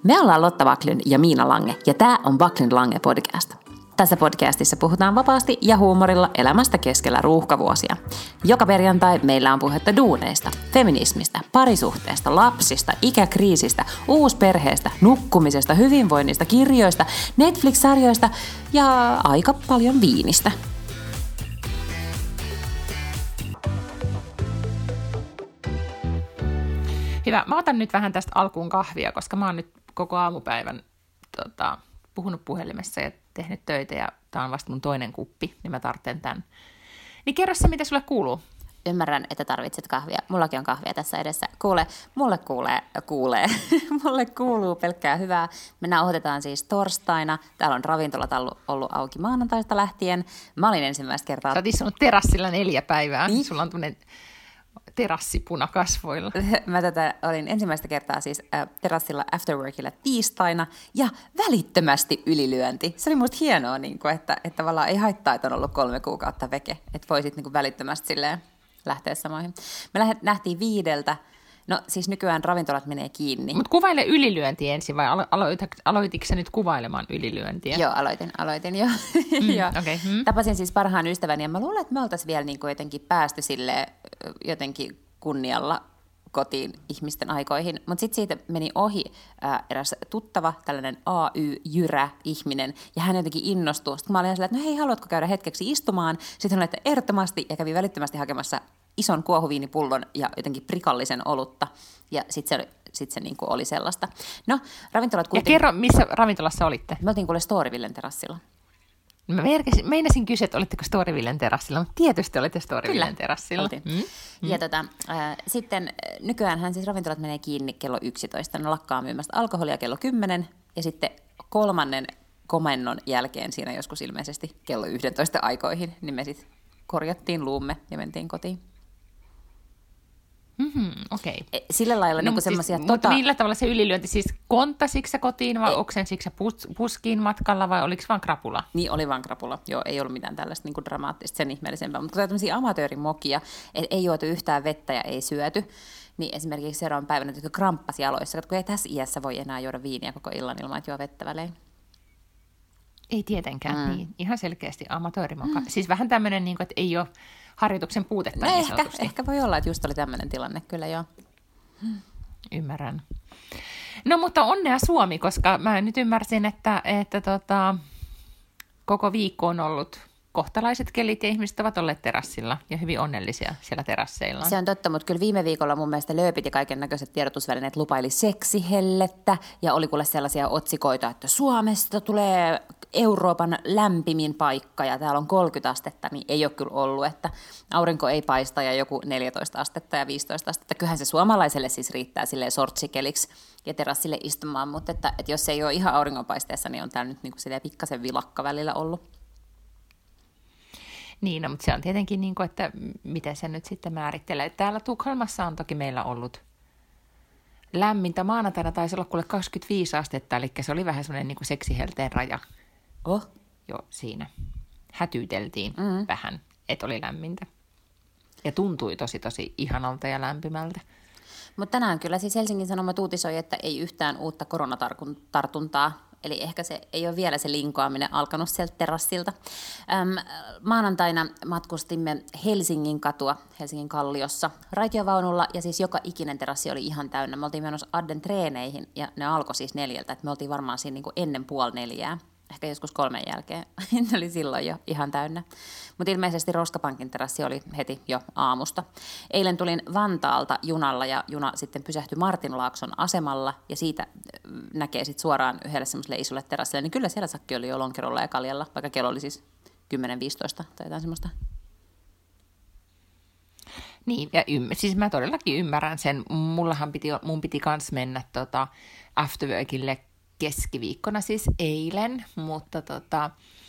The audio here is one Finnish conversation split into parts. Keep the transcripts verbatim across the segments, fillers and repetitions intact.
Me ollaan Lotta Backlund ja Miina Lange, ja tämä on Backlund Lange podcast. Tässä podcastissa puhutaan vapaasti ja huumorilla elämästä keskellä ruuhkavuosia. Joka perjantai meillä on puhetta duuneista, feminismistä, parisuhteesta, lapsista, ikäkriisistä, uusperheestä, nukkumisesta, hyvinvoinnista, kirjoista, Netflix-sarjoista ja aika paljon viinistä. Hyvä. Mä otan nyt vähän tästä alkuun kahvia, koska mä oon nyt koko aamupäivän tota, puhunut puhelimessa ja tehnyt töitä ja tää on vasta mun toinen kuppi, niin mä tarvitsen tän. Niin kerro sä, mitä sulle kuuluu? Ymmärrän, että tarvitset kahvia. Mullakin on kahvia tässä edessä. Kuule, mulle kuulee, kuulee. mulle kuuluu pelkkää hyvää. Me nauhoitetaan siis torstaina. Täällä on ravintolat ollut auki maanantaista lähtien. Mä olin ensimmäistä kertaa... Sä oot istunut terassilla neljä päivää. Niin? Sulla on tämmönen terassipuna kasvoilla. Mä tätä olin ensimmäistä kertaa siis äh, terassilla afterworkilla tiistaina ja välittömästi ylilyönti. Se oli musta hienoa, niin kuin, että, että tavallaan ei haittaa, että on ollut kolme kuukautta veke. Että voisit niin kuin välittömästi silleen lähteä samoihin. Me lähet, nähtiin viideltä. No siis nykyään ravintolat menee kiinni. Mutta kuvaile ylilyönti ensin vai alo- aloit- aloititko sä nyt kuvailemaan ylilyöntiä? Joo, aloitin, aloitin jo. Mm, okay. mm. Tapasin siis parhaan ystäväni ja mä luulen, että me oltaisiin vielä niin kuin jotenkin päästy silleen jotenkin kunnialla kotiin ihmisten aikoihin. Mutta sitten siitä meni ohi ää, eräs tuttava, tällainen A Y-jyrä-ihminen, ja hän jotenkin innostui. Sitten mä olin sillä, että no hei, haluatko käydä hetkeksi istumaan? Sitten hän oli, että ehdottomasti, ja kävi välittömästi hakemassa ison kuohuviinipullon ja jotenkin prikallisen olutta. Ja sitten se, sit se niinku oli sellaista. No, ravintolat kuitenkin... Ja kerro, missä ravintolassa olitte? Me oltiin kuule Storyvillen terassilla. Mä meinasin kysyä, että olitteko Storyvillen terassilla, mutta tietysti olitte Storyvillen terassilla. Mm. Mm. Ja tota, äh, sitten nykyäänhän siis ravintolat menee kiinni kello yksitoista. Ne lakkaa myymästä alkoholia kello kymmenen ja sitten kolmannen komennon jälkeen siinä joskus ilmeisesti kello yhdentoista aikoihin, niin me sitten korjattiin luumme ja mentiin kotiin. Mm-hmm, okei. Okay. Sillä lailla no, niin semmoisia... Siis, tota... Mutta millä tavalla se ylilyönti? Siis kontasitko sä kotiin vai oksensitko sä pus, puskiin matkalla vai oliko vaan krapula? Niin, oli vaan krapula. Joo, ei ollut mitään tällaista niin kuin dramaattista, sen ihmeellisempää. Mutta kun on tämmöisiä amatöörimokia, että ei juotu yhtään vettä ja ei syöty, niin esimerkiksi seuraavan päivänä tykkö kramppasi jaloissa, kun ei tässä iässä voi enää juoda viiniä koko illan ilman, että juo vettä välein. Ei tietenkään, mm. niin. Ihan selkeästi amatöörimoka. Mm. Siis vähän tämmöinen, niin kuin, että ei ole harjoituksen puutetta. No niin ehkä, ehkä voi olla, että just oli tämmöinen tilanne, kyllä joo. Ymmärrän. No mutta onnea Suomi, koska mä nyt ymmärsin, että, että tota, koko viikko on ollut kohtalaiset kelit ja ihmiset ovat olleet terassilla ja hyvin onnellisia siellä terasseilla. Se on totta, mutta kyllä viime viikolla mun mielestä lööpit ja kaiken näköiset tiedotusvälineet lupaili seksihellettä ja oli kuule sellaisia otsikoita, että Suomesta tulee Euroopan lämpimin paikka ja täällä on kolmekymmentä astetta, niin ei ole kyllä ollut, että aurinko ei paista ja joku neljätoista astetta ja viisitoista astetta. Kyllähän se suomalaiselle siis riittää silleen sortsikeliksi ja terassille istumaan, mutta että, että jos se ei ole ihan auringonpaisteessa, niin on täällä nyt niin kuin silleen pikkasen vilakka välillä ollut. Niin, no, mutta se on tietenkin niin kuin, että miten se nyt sitten määrittelee. Täällä Tukholmassa on toki meillä ollut lämmintä. Maanantaina taisi olla kuule kaksikymmentäviisi astetta, eli se oli vähän semmoinen niin kuin seksihelteen raja. Oh. Jo siinä. Hätyyteltiin mm. vähän, että oli lämmintä. Ja tuntui tosi tosi ihanalta ja lämpimältä. Mutta tänään kyllä siis Helsingin Sanomat uutisoi, että ei yhtään uutta koronatartuntaa. Eli ehkä se ei ole vielä se linkoaminen alkanut sieltä terassilta. Öm, maanantaina matkustimme Helsingin katua, Helsingin Kalliossa, raitiovaunulla, ja siis joka ikinen terassi oli ihan täynnä. Me oltiin menossa Adden treeneihin, ja ne alkoi siis neljältä, että me oltiin varmaan siinä niin kuin ennen puoli neljää, ehkä joskus kolmen jälkeen. Ne oli silloin jo ihan täynnä. Mutta ilmeisesti Roskapankin terassi oli heti jo aamusta. Eilen tulin Vantaalta junalla ja juna sitten pysähtyi Martinlaakson asemalla ja siitä näkee sitten suoraan yhdelle semmoiselle isolle terassille. Niin kyllä siellä sakki oli jo lonkerolla ja kaljalla, vaikka kello oli siis kymmenen viisitoista tai jotain semmoista. Niin, ja ymm- siis mä todellakin ymmärrän sen. Mullahan piti, mun piti kans mennä tota afterworkille keskiviikkona siis eilen, mutta tota,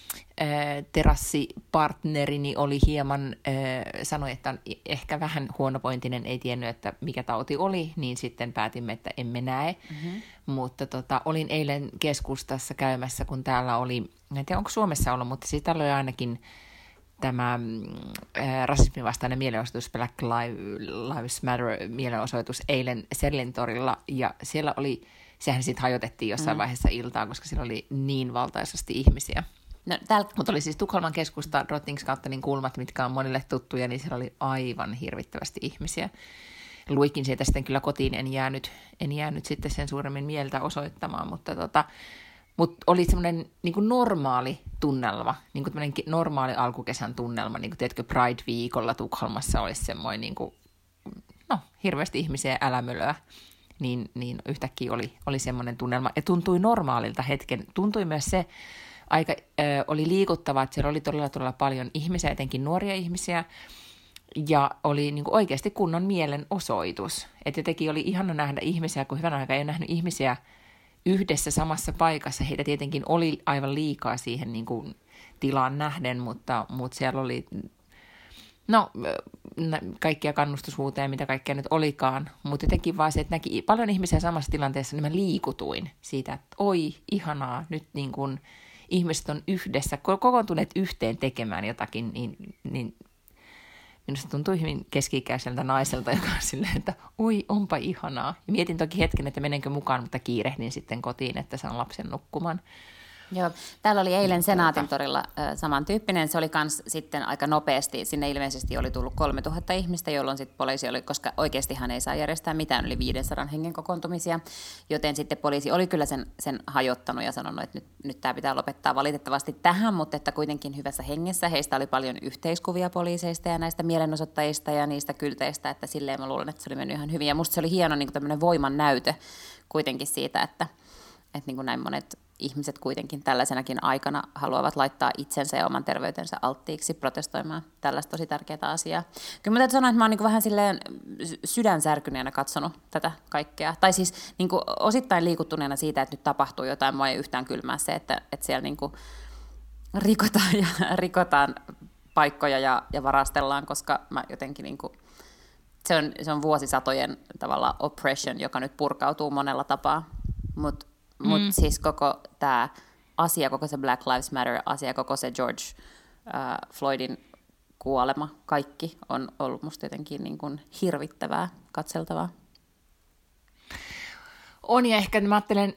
terassipartnerini oli hieman, sanoi, että on ehkä vähän huonovointinen, ei tiennyt, että mikä tauti oli, niin sitten päätimme, että emme näe. Mm-hmm. Mutta tota, olin eilen keskustassa käymässä, kun täällä oli, en tiedä onko Suomessa ollut, mutta siis täällä oli ainakin tämä ää, rasismin vastainen mielenosoitus, Black Lives Matter mielenosoitus eilen Serlin torilla, ja siellä oli sehän sitten hajotettiin jossain mm. vaiheessa iltaa, koska siellä oli niin valtaisasti ihmisiä. No, tääl... Mutta oli siis Tukholman keskusta Drottningsgatenin kulmat, mitkä on monille tuttuja, niin siellä oli aivan hirvittävästi ihmisiä. Luikin sieltä sitten kyllä kotiin, en jäänyt, en jäänyt sitten sen suuremmin mieltä osoittamaan, mutta tota, mut oli semmoinen niin kuin normaali tunnelma, niin kuin tämmöinen normaali alkukesän tunnelma, niin kuin tiedätkö Pride-viikolla Tukholmassa olisi semmoinen niin kuin, no, hirveästi ihmisiä älämölöä, niin, niin yhtäkkiä oli, oli semmoinen tunnelma ja tuntui normaalilta hetken. Tuntui myös se, aika ö, oli liikuttavaa, että siellä oli todella, todella paljon ihmisiä, etenkin nuoria ihmisiä, ja oli niin kuin oikeasti kunnon mielenosoitus. Että jotenkin oli ihana nähdä ihmisiä, kun hyvän aikaa ei ole nähnyt ihmisiä yhdessä samassa paikassa. Heitä tietenkin oli aivan liikaa siihen niin kuin tilaan nähden, mutta, mutta siellä oli no, kaikkia kannustushuuteja, mitä kaikkea nyt olikaan. Mutta jotenkin vaan se, että näki paljon ihmisiä samassa tilanteessa, niin mä liikutuin siitä, että oi, ihanaa, nyt niin kuin ihmiset on yhdessä, kokoontuneet yhteen tekemään jotakin, niin, niin minusta tuntui hyvin keski-ikäiseltä naiselta, joka on silleen, että oi, onpa ihanaa. Ja mietin toki hetken, että menenkö mukaan, mutta kiirehdin sitten kotiin, että saan lapsen nukkumaan. Joo, täällä oli eilen Senaatintorilla äh, samantyyppinen. Se oli kans sitten aika nopeasti. Sinne ilmeisesti oli tullut kolmetuhatta ihmistä, jolloin sitten poliisi oli, koska oikeastihan ei saa järjestää mitään yli viisisataa hengen kokoontumisia. Joten sitten poliisi oli kyllä sen, sen hajottanut ja sanonut, että nyt, nyt tämä pitää lopettaa valitettavasti tähän, mutta että kuitenkin hyvässä hengessä. Heistä oli paljon yhteiskuvia poliiseista ja näistä mielenosoittajista ja niistä kylteistä, että silleen mä luulen, että se oli mennyt ihan hyvin. Ja musta se oli hieno niin kuin tämmöinen voiman näytö kuitenkin siitä, että, että niin kuin näin monet ihmiset kuitenkin tällaisenakin aikana haluavat laittaa itsensä ja oman terveytensä alttiiksi protestoimaan tällaista tosi tärkeää asiaa. Kyllä mä täytyy sanoa, että mä oon niin kuin vähän silleen sydänsärkyneenä katsonut tätä kaikkea. Tai siis niin kuin osittain liikuttuneena siitä, että nyt tapahtuu jotain, mua ei yhtään kylmää se, että, että siellä niin kuin rikotaan ja rikotaan paikkoja ja, ja varastellaan, koska mä jotenkin niin kuin, se on, se on vuosisatojen tavallaan oppression, joka nyt purkautuu monella tapaa, mutta Mm. Mutta siis koko tämä asia, koko se Black Lives Matter-asia, koko se George uh, Floydin kuolema, kaikki on ollut musta jotenkin niin kuin hirvittävää, katseltavaa. On, ja ehkä mä ajattelen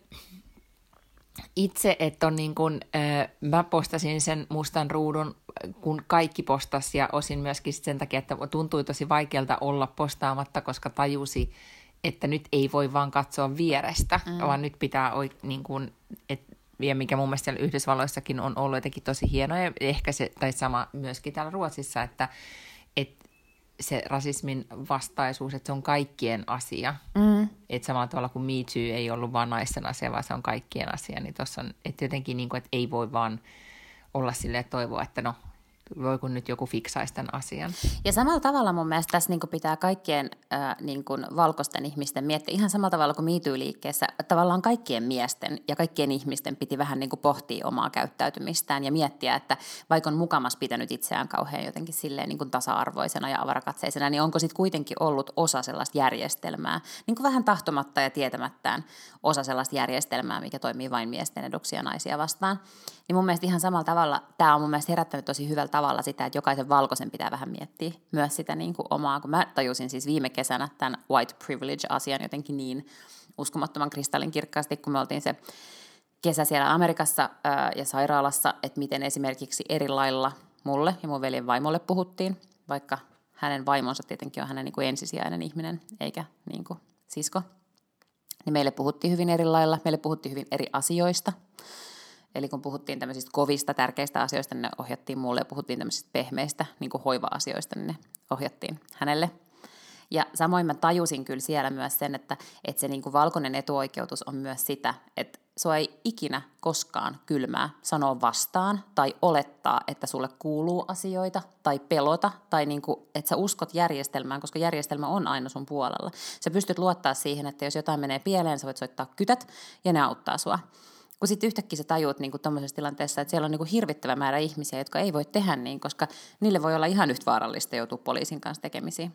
itse, että on niin kuin, äh, mä postasin sen mustan ruudun, kun kaikki postas, ja osin myöskin sen takia, että tuntui tosi vaikealta olla postaamatta, koska tajusi, että nyt ei voi vaan katsoa vierestä, mm. vaan nyt pitää, niin kuin, et, ja mikä mun mielestä siellä Yhdysvalloissakin on ollut jotenkin tosi hienoa, ja ehkä se, tai sama myöskin täällä Ruotsissa, että, että se rasismin vastaisuus, että se on kaikkien asia. Mm. Että samalla tavalla kuin Me Too ei ollut vaan naisten asia, vaan se on kaikkien asia, niin tuossa on, että jotenkin niin kuin, että ei voi vaan olla silleen toivoa, että no, voi kun nyt joku fiksaisi tämän asian. Ja samalla tavalla mun mielestä tässä niin kuin pitää kaikkien äh, niin kuin valkoisten ihmisten miettiä, ihan samalla tavalla kuin Me Too-liikkeessä, tavallaan kaikkien miesten ja kaikkien ihmisten piti vähän niin kuin pohtia omaa käyttäytymistään ja miettiä, että vaikka on mukamas pitänyt itseään kauhean jotenkin silleen niin kuin tasa-arvoisena ja avarakatseisena, niin onko sitten kuitenkin ollut osa sellaista järjestelmää, niin kuin vähän tahtomatta ja tietämättään osa sellaista järjestelmää, mikä toimii vain miesten eduksia naisia vastaan. Niin mun mielestä ihan samalla tavalla, tämä on mun mielestä herättänyt tosi hyvällä tavalla sitä, että jokaisen valkoisen pitää vähän miettiä myös sitä niin kuin omaa, kun mä tajusin siis viime kesänä tämän white privilege-asian jotenkin niin uskomattoman kristallinkirkkaasti, kun me oltiin se kesä siellä Amerikassa ää, ja sairaalassa, että miten esimerkiksi eri lailla mulle ja mun veljen vaimolle puhuttiin, vaikka hänen vaimonsa tietenkin on hänen niin kuin ensisijainen ihminen, eikä niin kuin sisko. Niin meille puhuttiin hyvin eri lailla, meille puhuttiin hyvin eri asioista. Eli kun puhuttiin tämmöisistä kovista, tärkeistä asioista, niin ne ohjattiin mulle, ja puhuttiin tämmöisistä pehmeistä niin kuin hoiva-asioista, niin ne ohjattiin hänelle. Ja samoin mä tajusin kyllä siellä myös sen, että, että se niin kuin valkoinen etuoikeutus on myös sitä, että sua ei ikinä koskaan kylmää sanoa vastaan tai olettaa, että sulle kuuluu asioita tai pelota tai niin kuin, että sä uskot järjestelmään, koska järjestelmä on aina sun puolella. Sä pystyt luottaa siihen, että jos jotain menee pieleen, sä voit soittaa kytät ja ne auttaa sua. Kun sitten yhtäkkiä sä tajuut niin tuommoisessa tilanteessa, että siellä on niin kuin hirvittävä määrä ihmisiä, jotka ei voi tehdä niin, koska niille voi olla ihan yhtä vaarallista joutua poliisin kanssa tekemisiin.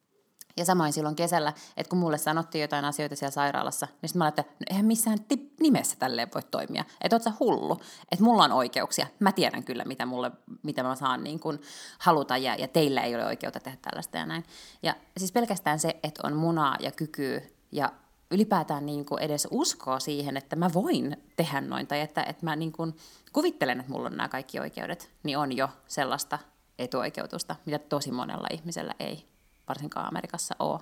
Ja samoin silloin kesällä, että kun mulle sanottiin jotain asioita siellä sairaalassa, niin sitten mä ajattelin, että no eihän missään nimessä tälleen voi toimia. Että oot sä hullu, että mulla on oikeuksia. Mä tiedän kyllä, mitä, mulle, mitä mä saan niin kuin haluta ja, ja teillä ei ole oikeutta tehdä tällaista ja näin. Ja siis pelkästään se, että on munaa ja kykyä ja ylipäätään niin kuin edes uskoo siihen, että mä voin tehdä noin, tai että, että mä niin kuin kuvittelen, että mulla on nämä kaikki oikeudet, niin on jo sellaista etuoikeutusta, mitä tosi monella ihmisellä ei, varsinkaan Amerikassa, ole.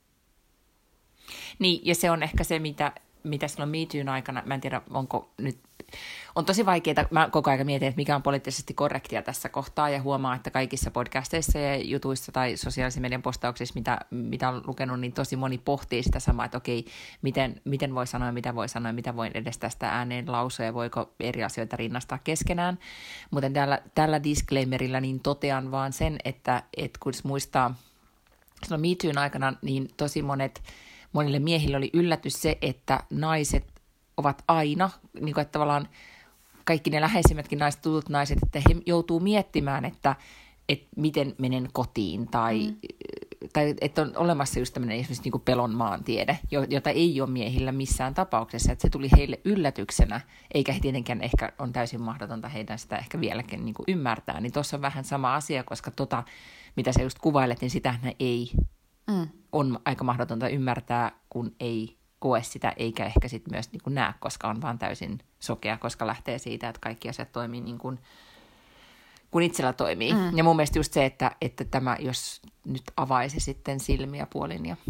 Niin, ja se on ehkä se, mitä, mitä silloin Me Toon aikana, mä en tiedä, onko nyt, on tosi vaikeaa, mä koko ajan mietin, että mikä on poliittisesti korrektia tässä kohtaa, ja huomaa, että kaikissa podcasteissa ja jutuissa tai sosiaalisen median postauksissa, mitä, mitä on lukenut, niin tosi moni pohtii sitä samaa, että okei, miten, miten voi sanoa, mitä voi sanoa, mitä voin edes tästä ääneen lausua, ja voiko eri asioita rinnastaa keskenään. Mutta tällä, tällä disclaimerilla niin totean vaan sen, että, että kun muistaa silloin Me Toon aikana, niin tosi monet monille miehille oli yllätys se, että naiset ovat aina, niin kuin, että tavallaan kaikki ne läheisimmätkin naiset, tutut naiset, että he joutuu miettimään, että, että miten menen kotiin, tai, mm. tai että on olemassa just tämmöinen esimerkiksi niin kuin pelon maantiede, jota ei ole miehillä missään tapauksessa, että se tuli heille yllätyksenä, eikä he tietenkään ehkä on täysin mahdotonta heidän sitä ehkä vieläkin niin kuin ymmärtää, niin tuossa on vähän sama asia, koska tota, mitä sä just kuvailet, niin sitähän ei Mm. on aika mahdotonta ymmärtää, kun ei koe sitä, eikä ehkä sitten myös niin kuin näe, koska on vaan täysin sokea, koska lähtee siitä, että kaikki asiat toimii niin kuin kun itsellä toimii. Mm. Ja mun mielestä just se, että, että tämä, jos nyt avaisi sitten silmiä puolin ja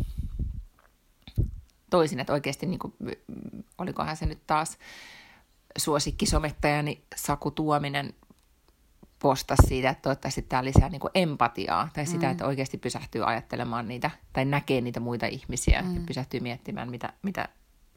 toisin, että oikeasti, niin kuin, olikohan se nyt taas suosikkisomettajani Saku Tuominen postasi siitä, että toivottavasti tämä lisää niin kuin empatiaa, tai sitä, mm. että oikeasti pysähtyy ajattelemaan niitä, tai näkee niitä muita ihmisiä, mm. ja pysähtyy miettimään, mitä, mitä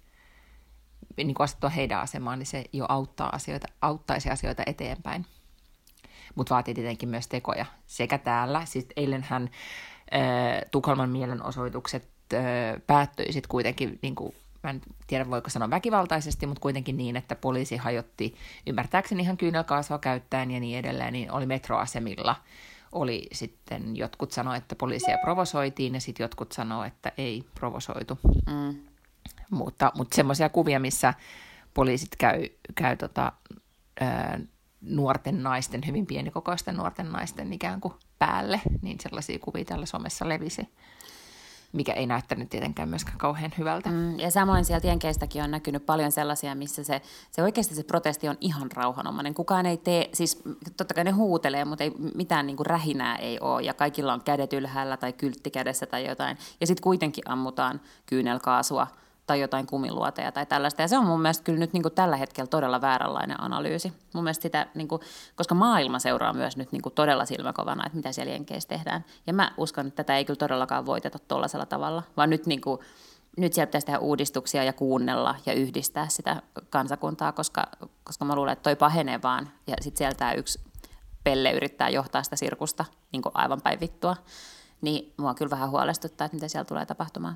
niin kuin asettua heidän asemaan, niin se jo auttaa asioita, auttaisi asioita eteenpäin. Mutta vaatii tietenkin myös tekoja sekä täällä. Siis eilenhän äh, Tukholman mielenosoitukset äh, päättyi sitten kuitenkin, niin kuin, mä en tiedä voiko sanoa väkivaltaisesti, mutta kuitenkin niin, että poliisi hajotti ymmärtääkseni ihan kyynelkaasua käyttäen ja niin edelleen, niin oli metroasemilla. Oli sitten, jotkut sanoi, että poliisia provosoitiin ja sitten jotkut sanoi, että ei provosoitu. Mm. Mutta, mutta semmoisia kuvia, missä poliisit käy, käy tota, ää, nuorten naisten, hyvin pienikokoisten nuorten naisten ikään kuin päälle, niin sellaisia kuvia tällä somessa levisi, mikä ei näyttänyt tietenkään myöskään kauhean hyvältä. Mm, ja samoin sieltä Jenkeistäkin on näkynyt paljon sellaisia, missä se, se oikeasti se protesti on ihan rauhanomainen. Kukaan ei tee, siis totta kai ne huutelee, mutta ei, mitään niin kuin rähinää ei ole, ja kaikilla on kädet ylhäällä tai kyltti kädessä tai jotain, ja sitten kuitenkin ammutaan kyynelkaasua tai jotain kumiluoteja tai tällaista. Ja se on mun mielestä kyllä nyt niin kuin tällä hetkellä todella vääränlainen analyysi. Mun mielestä sitä, niin kuin, koska maailma seuraa myös nyt niin kuin todella silmäkovana, että mitä siellä Jenkeissä tehdään. Ja mä uskon, että tätä ei kyllä todellakaan voiteta tuollaisella tavalla, vaan nyt, niin kuin, nyt siellä pitäisi tehdä uudistuksia ja kuunnella ja yhdistää sitä kansakuntaa, koska, koska mä luulen, että toi pahenee vaan. Ja sitten siellä tämä yksi pelle yrittää johtaa sitä sirkusta niin kuin aivan päin vittua. Niin mua kyllä vähän huolestuttaa, että mitä siellä tulee tapahtumaan.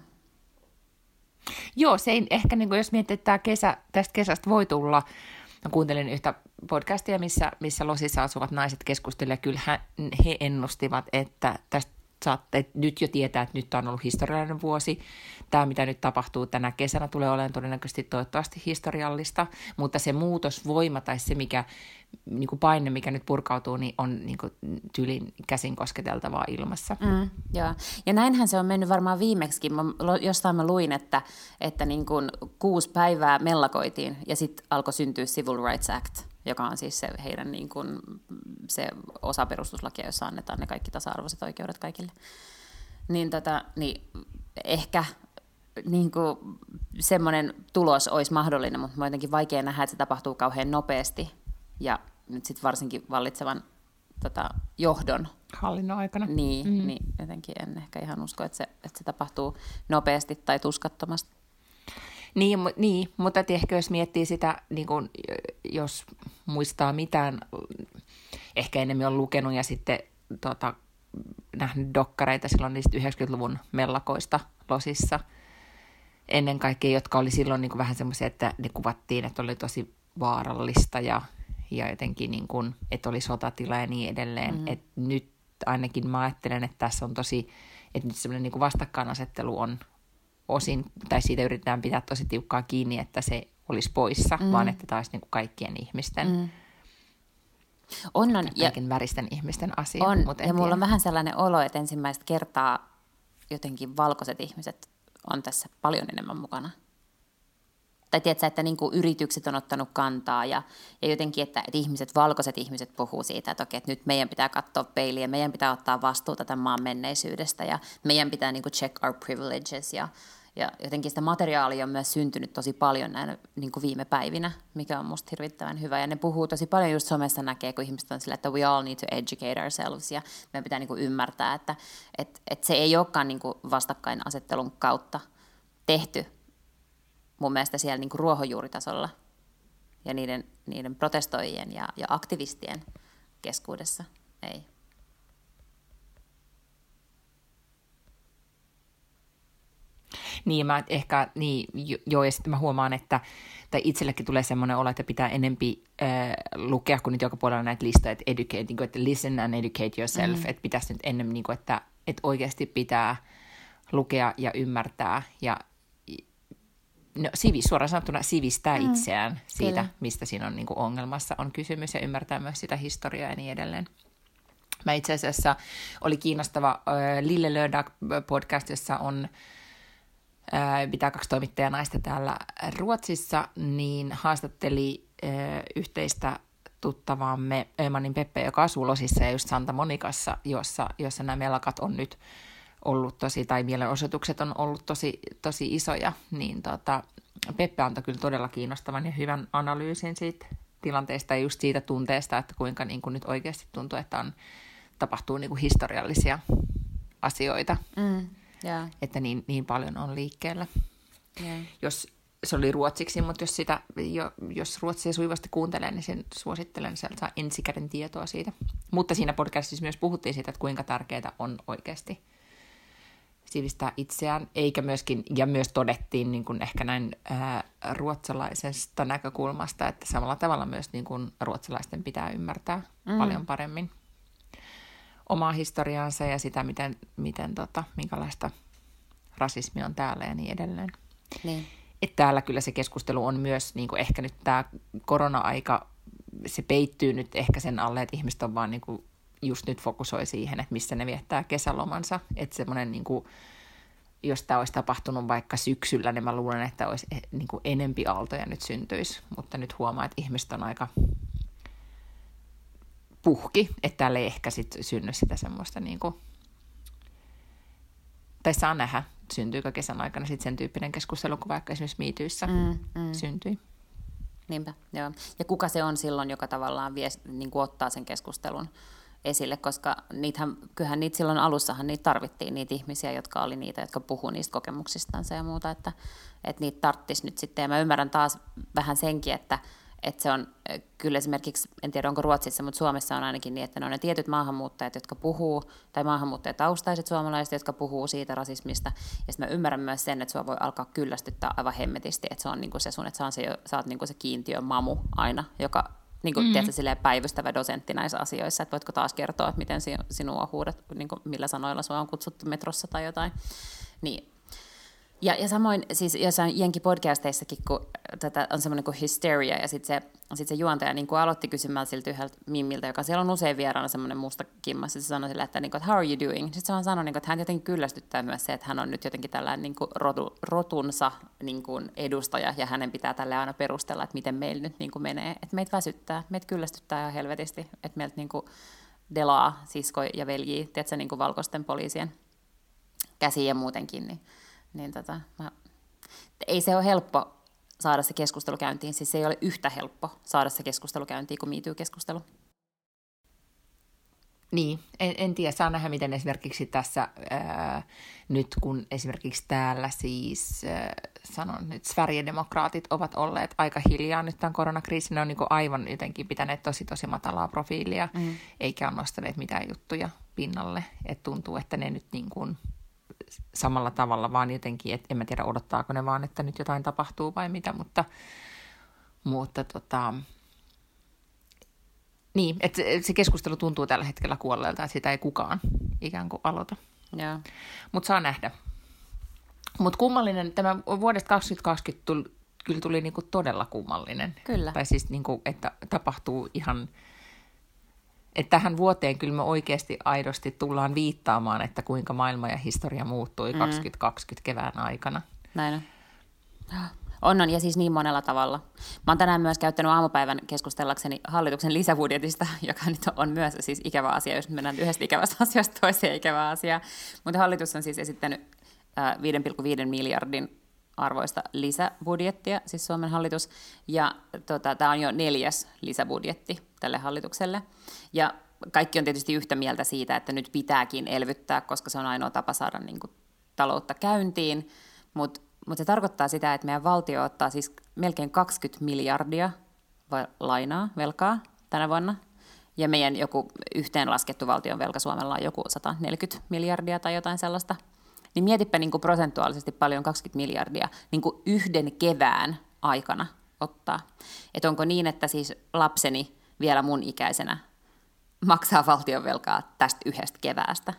Joo, se ei ehkä, niin kuin jos miettii, että tämä kesä, tästä kesästä voi tulla, mä kuuntelin yhtä podcastia, missä, missä Losissa asuvat naiset keskustelivat, ja kyllähän he ennustivat, että tästä saatte nyt jo tietää, että nyt on ollut historiallinen vuosi. Tämä, mitä nyt tapahtuu tänä kesänä, tulee olemaan todennäköisesti toivottavasti historiallista, mutta se muutosvoima tai se mikä, niin kuin paine, mikä nyt purkautuu, niin on niin kuin tyylin käsin kosketeltavaa ilmassa. Mm, joo. Ja näinhän se on mennyt varmaan viimeksikin. Mä, jostain mä luin, että, että niin kuin kuusi päivää mellakoitiin ja sitten alkoi syntyä Civil Rights Act, joka on siis se heidän niin kuin, se osa perustuslakia, jossa annetaan ne kaikki tasa-arvoiset oikeudet kaikille. Niin, tota, niin ehkä niin kuin semmoinen tulos olisi mahdollinen, mutta on jotenkin vaikea nähdä, että se tapahtuu kauhean nopeasti. Ja nyt sitten varsinkin vallitsevan tota, johdon hallinnon aikana. Niin, mm. niin jotenkin en ehkä ihan usko, että se, että se tapahtuu nopeasti tai tuskattomasti. Niin, niin, mutta ehkä jos miettii sitä, niin kun, jos muistaa mitään, ehkä enemmän on lukenut ja sitten tota, nähnyt dokkareita silloin niistä yhdeksänkymmentäluvun mellakoista Losissa, ennen kaikkea, jotka oli silloin niin kuin vähän semmoisia, että ne kuvattiin, että oli tosi vaarallista ja, ja jotenkin, niin kuin, että oli sotatila ja niin edelleen. Mm. Että nyt ainakin mä ajattelen, että tässä on tosi, että nyt semmoinen niin kuin vastakkainasettelu on osin, tai siitä yritetään pitää tosi tiukkaa kiinni, että se olisi poissa, mm. vaan että taas niin kuin kaikkien ihmisten, mm. on, on, kaiken ja väristen ihmisten asia. On, ja mulla on vähän sellainen olo, että ensimmäistä kertaa jotenkin valkoiset ihmiset on tässä paljon enemmän mukana. Tai tiedätkö, että niin kuin yritykset on ottanut kantaa ja, ja jotenkin, että, että ihmiset, valkoiset ihmiset puhuu siitä, että okei, että nyt meidän pitää katsoa peiliä, meidän pitää ottaa vastuuta tämän maan menneisyydestä ja meidän pitää niin kuin check our privileges ja, ja jotenkin sitä materiaalia on myös syntynyt tosi paljon näin niin kuin viime päivinä, mikä on musta hirvittävän hyvä. Ja ne puhuu tosi paljon, just somessa näkee, kun ihmiset on sillä, että we all need to educate ourselves ja meidän pitää niin kuin ymmärtää, että, että, että se ei olekaan niin kuin vastakkainasettelun kautta tehty. Mun mielestä siellä niin kuin ruohonjuuritasolla ja niiden, niiden protestoijien ja, ja aktivistien keskuudessa ei. Niin, mä ehkä, niin, joo, ja sitten mä huomaan, että tai itsellekin tulee semmoinen olo, että pitää enempi äh, lukea, kun nyt joka puolella näitä listoja, että educate, niin kuin, että listen and educate yourself, mm-hmm. että pitäisi nyt enemmän, niin kuin, että, että oikeasti pitää lukea ja ymmärtää ja no, sivis, suoraan sanottuna sivistää mm. itseään siitä, Kyllä. mistä siinä on niin kuin ongelmassa on kysymys ja ymmärtää myös sitä historiaa ja niin edelleen. Mä itse asiassa oli kiinnostava äh, Lille Lördag podcast, jossa on äh, pitää kaksi toimittajanaista täällä Ruotsissa, niin haastatteli äh, yhteistä tuttavaamme Öhmanin Peppe, joka asuu Losissa ja just Santa Monicassa, jossa, jossa nämä melakat on nyt ollut tosi, tai mielenosoitukset on ollut tosi, tosi isoja, niin tota, Peppe antoi kyllä todella kiinnostavan ja hyvän analyysin siitä tilanteesta ja just siitä tunteesta, että kuinka niin kuin nyt oikeasti tuntuu, että on, tapahtuu niin kuin historiallisia asioita, mm, yeah. että niin, niin paljon on liikkeellä. Yeah. Jos se oli ruotsiksi, mutta jos, sitä, jo, jos ruotsia sujuvasti kuuntelee, niin sen suosittelen, sieltä saa ensikäden tietoa siitä. Mutta siinä podcastissa myös puhuttiin siitä, että kuinka tärkeää on oikeasti sivistää itseään, eikä myöskin, ja myös todettiin niin kuin ehkä näin ää, ruotsalaisesta näkökulmasta, että samalla tavalla myös niin kuin ruotsalaisten pitää ymmärtää mm. paljon paremmin omaa historiaansa ja sitä, miten, miten tota, minkälaista rasismi on täällä ja niin edelleen. Niin. Että täällä kyllä se keskustelu on myös, niin kuin ehkä nyt tämä korona-aika, se peittyy nyt ehkä sen alle, että ihmiset on vaan niin kuin just nyt fokusoi siihen, että missä ne viettää kesälomansa. Että semmoinen, niin kuin, jos tämä olisi tapahtunut vaikka syksyllä, niin mä luulen, että olisi niin kuin enempi aaltoja nyt syntyisi. Mutta nyt huomaa, että ihmiset on aika puhki, että täällä ei ehkä sit synny sitä semmoista, niin kuin, tai saa nähdä, syntyykö kesän aikana sitten sen tyyppinen keskustelu, kun vaikka esimerkiksi MeTooissa mm, mm. syntyi. Niinpä, joo. Ja kuka se on silloin, joka tavallaan vie, niin kuin ottaa sen keskustelun esille, koska niitähän, kyllähän niitä silloin alussahan niitä tarvittiin, niitä ihmisiä, jotka oli niitä, jotka puhuu niistä kokemuksistansa ja muuta, että, että niitä tarttisi nyt sitten. Ja mä ymmärrän taas vähän senkin, että, että se on kyllä esimerkiksi, en tiedä onko Ruotsissa, mutta Suomessa on ainakin niin, että ne on ne tietyt maahanmuuttajat, jotka puhuu, tai maahanmuuttajataustaiset suomalaiset, jotka puhuu siitä rasismista. Ja sitten mä ymmärrän myös sen, että sua voi alkaa kyllästyttää aivan hemmetisti, että se on niinku se sun, että sä, se, sä oot niinku se kiintiömamu aina, joka niin kuin, mm. tiedätkö, silleen päivystävä dosentti näissä asioissa, että voitko taas kertoa, että miten sinua huudat, niin kuin, millä sanoilla sinua on kutsuttu metrossa tai jotain. Niin. Ja, ja samoin siis jossain Jenki-podcasteissakin, kun tätä on semmoinen kuin hysteria, ja sitten se, sit se juontaja niin kuin aloitti kysymällä siltä yhdeltä mimmiltä, joka siellä on usein vieraana semmoinen musta kimmas, ja se sanoi sille, että, niin kuin, että how are you doing? Sitten se vaan sanoi, niin kuin, että hän jotenkin kyllästyttää myös se, että hän on nyt jotenkin tällainen niin kuin rotu, rotunsa niin kuin edustaja, ja hänen pitää tälle aina perustella, että miten meillä nyt niin kuin menee. Että meitä väsyttää, meitä kyllästyttää ihan helvetisti, että meiltä niin kuin delaa sisko ja veljiä, tiedätkö, niin kuin valkoisten poliisien käsiä ja muutenkin, niin Niin tota, mä, ei se ole helppo saada se keskustelu käyntiin, siis se ei ole yhtä helppo saada se keskustelu käyntiin kuin MeToo-keskustelu. Niin, en, en tiedä, saa nähdä miten esimerkiksi tässä ää, nyt kun esimerkiksi täällä siis, ää, sanon nyt, Sverigedemokraatit ovat olleet aika hiljaa nyt tämän koronakriisin, ne on niin kuin aivan jotenkin pitäneet tosi tosi matalaa profiilia, mm. eikä ole nostaneet mitään juttuja pinnalle, että tuntuu, että ne nyt niin kuin samalla tavalla, vaan jotenkin, että en mä tiedä odottaako ne vaan, että nyt jotain tapahtuu vai mitä, mutta, mutta tota, niin, että se, se keskustelu tuntuu tällä hetkellä kuolleelta, että sitä ei kukaan ikään kuin aloita. Yeah. Mutta saa nähdä. Mutta kummallinen, tämä vuodesta kaksituhattakaksikymmentä tuli, kyllä tuli niinku todella kummallinen. Kyllä. Tai siis, niinku, että tapahtuu ihan että tähän vuoteen kyllä me oikeasti aidosti tullaan viittaamaan, että kuinka maailma ja historia muuttui mm. kaksituhattakaksikymmentä kevään aikana. Näin on. On, on, ja siis niin monella tavalla. Mä oon tänään myös käyttänyt aamupäivän keskustellakseni hallituksen lisäbudjetista, joka nyt on myös siis ikävä asia, jos mennään yhdestä ikävästä asiasta toiseen ikävää asiaa. Mutta hallitus on siis esittänyt viisi pilkku viisi miljardin arvoista lisäbudjettia, siis Suomen hallitus, ja tota, tämä on jo neljäs lisäbudjetti tälle hallitukselle. Ja kaikki on tietysti yhtä mieltä siitä, että nyt pitääkin elvyttää, koska se on ainoa tapa saada niin kuin, taloutta käyntiin, mutta Mutta se tarkoittaa sitä, että meidän valtio ottaa siis melkein kaksikymmentä miljardia vai lainaa, velkaa tänä vuonna. Ja meidän joku yhteenlaskettu valtion velka Suomella on joku sata neljäkymmentä miljardia tai jotain sellaista. Niin mietipä niin kuin prosentuaalisesti paljon kaksikymmentä miljardia niin kuin yhden kevään aikana ottaa. Että onko niin, että siis lapseni vielä mun ikäisenä maksaa valtion velkaa tästä yhdestä keväästä?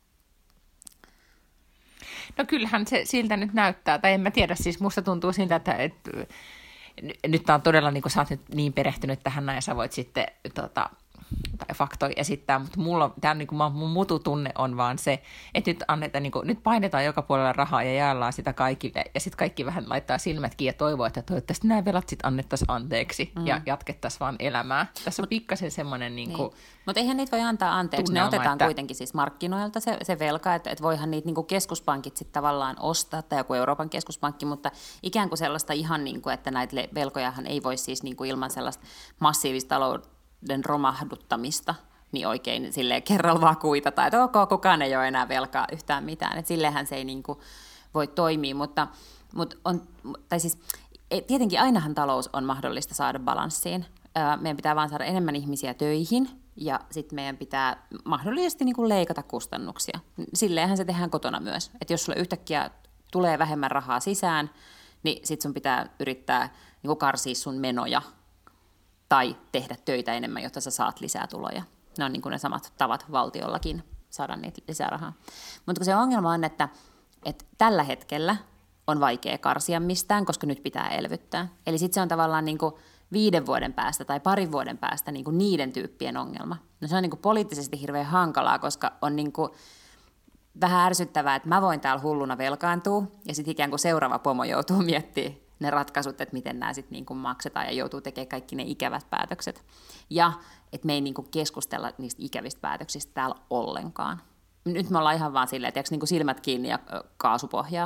No kyllähän se siltä nyt näyttää, tai en mä tiedä, siis musta tuntuu siltä, että, että nyt tää on todella, niin kuin sä oot nyt niin perehtynyt tähän näin, ja sä voit sitten tota, tai faktoi esittää, mutta mulla tämä niin kuin mun mututunne on vaan se, että nyt annetaan, niin kuin, nyt painetaan joka puolella rahaa ja jaellaan sitä kaikille, ja sitten kaikki vähän laittaa silmät kiinni ja toivoo, että toivottavasti nämä velat sitten annettaisiin anteeksi mm. ja jatkettaisiin vaan elämää. Tässä on Mut, pikkasen semmoinen niin kuin, niin. Mutta eihän niitä voi antaa anteeksi, ne otetaan että... kuitenkin siis markkinoilta se, se velka, että, että voihan niitä niin kuin keskuspankit sitten tavallaan ostaa, tai joku Euroopan keskuspankki, mutta ikään kuin sellaista ihan niin kuin, että näitä velkojahan ei voi siis niin kuin ilman sellaista massiivista talouden romahduttamista, niin oikein silleen kerralla vaan kuitata, että ok, kukaan ei ole enää velkaa yhtään mitään, että silleenhän se ei niin kuin voi toimia, mutta, mutta on, tai siis tietenkin ainahan talous on mahdollista saada balanssiin. Meidän pitää vaan saada enemmän ihmisiä töihin, ja sitten meidän pitää mahdollisesti niin kuin leikata kustannuksia. Silleenhän se tehdään kotona myös. Että jos sulle yhtäkkiä tulee vähemmän rahaa sisään, niin sitten sun pitää yrittää niin kuin karsia sun menoja tai tehdä töitä enemmän, jotta sä saat lisää tuloja. Ne on niin kuin ne samat tavat valtiollakin saada niitä lisää rahaa. Mutta se ongelma on, että, että tällä hetkellä on vaikea karsia mistään, koska nyt pitää elvyttää. Eli sitten se on tavallaan niin kuin viiden vuoden päästä tai parin vuoden päästä niin kuin niiden tyyppien ongelma. No se on niin kuin poliittisesti hirveän hankalaa, koska on niin kuin vähän ärsyttävää, että mä voin täällä hulluna velkaantua, ja sitten ikään kuin seuraava pomo joutuu miettimään ne ratkaisut, että miten nämä sitten niin kuin maksetaan, ja joutuu tekemään kaikki ne ikävät päätökset. Ja että me ei niin kuin keskustella niistä ikävistä päätöksistä täällä ollenkaan. Nyt me ollaan ihan vaan silleen, että niin kuin silmät kiinni ja kaasupohjaa.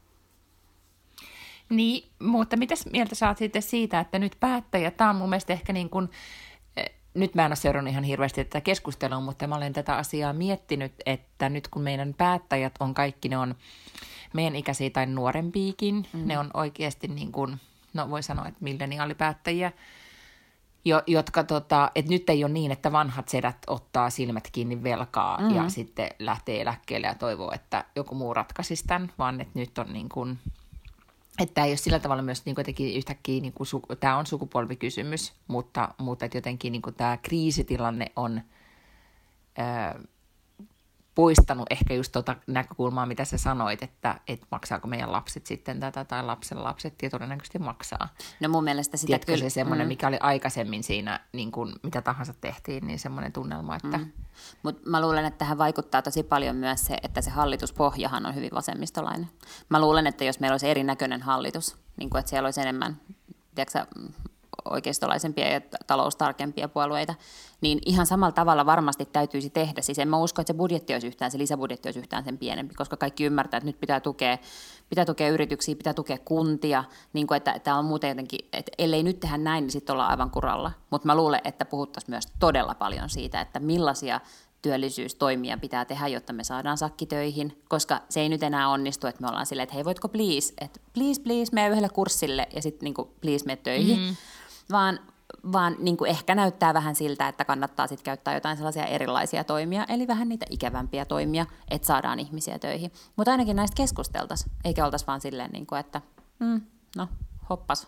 Niin, mutta mitäs mieltä sä oot sitten siitä, että nyt päättäjät, tämä on mun mielestä ehkä niin kuin, nyt mä en ole seurannut ihan hirveästi tätä keskustelua, mutta mä olen tätä asiaa miettinyt, että nyt kun meidän päättäjät on kaikki, ne on meidän ikäisiä tai nuorempiikin, mm-hmm. ne on oikeasti niin kuin, no voi sanoa, että milleniaalipäättäjiä, jo, jotka tota, että nyt ei ole niin, että vanhat sedät ottaa silmät kiinni velkaa mm-hmm. ja sitten lähtee eläkkeelle ja toivoo, että joku muu ratkaisisi tämän, vaan että nyt on niin kuin, että tämä ei ole sillä tavalla myös niin jotenkin yhtäkkiä, niin kuin, tämä on sukupolvikysymys, mutta, mutta että jotenkin niin kuin tämä kriisitilanne on ää, poistanut ehkä just tuota näkökulmaa, mitä sä sanoit, että, että maksaako meidän lapset sitten tätä tai lapsen lapset, ja todennäköisesti maksaa. No mun mielestä sitä Tiedätkö kyllä. se semmoinen, mm. mikä oli aikaisemmin siinä, niin kuin, mitä tahansa tehtiin, niin semmoinen tunnelma, että... Mm. Mutta mä luulen, että tähän vaikuttaa tosi paljon myös se, että se hallituspohjahan on hyvin vasemmistolainen. Mä luulen, että jos meillä olisi erinäköinen hallitus, niin kuin, että siellä olisi enemmän, tiedätkö, oikeistolaisempia ja taloustarkempia puolueita, niin ihan samalla tavalla varmasti täytyisi tehdä. Siis en mä usko, että se budjetti olisi yhtään, se lisäbudjetti olisi yhtään sen pienempi, koska kaikki ymmärtää, että nyt pitää tukea, pitää tukea yrityksiä, pitää tukea kuntia, niin kuin, että tämä on muuten jotenkin, että ellei nyt tehdä näin, niin sitten ollaan aivan kuralla. Mutta mä luulen, että puhuttaisiin myös todella paljon siitä, että millaisia työllisyystoimia pitää tehdä, jotta me saadaan sakkitöihin, koska se ei nyt enää onnistu, että me ollaan silleen, että hei, voitko please, että please, please, mene yhdelle kurssille ja sitten niin kuin please, mene töihin. Mm. Vaan, vaan niin kuin ehkä näyttää vähän siltä, että kannattaa sitten käyttää jotain sellaisia erilaisia toimia, eli vähän niitä ikävämpiä toimia, että saadaan ihmisiä töihin. Mutta ainakin näistä keskusteltaisiin, eikä oltaisi vaan silleen, niin kuin, että mm, no, hoppas.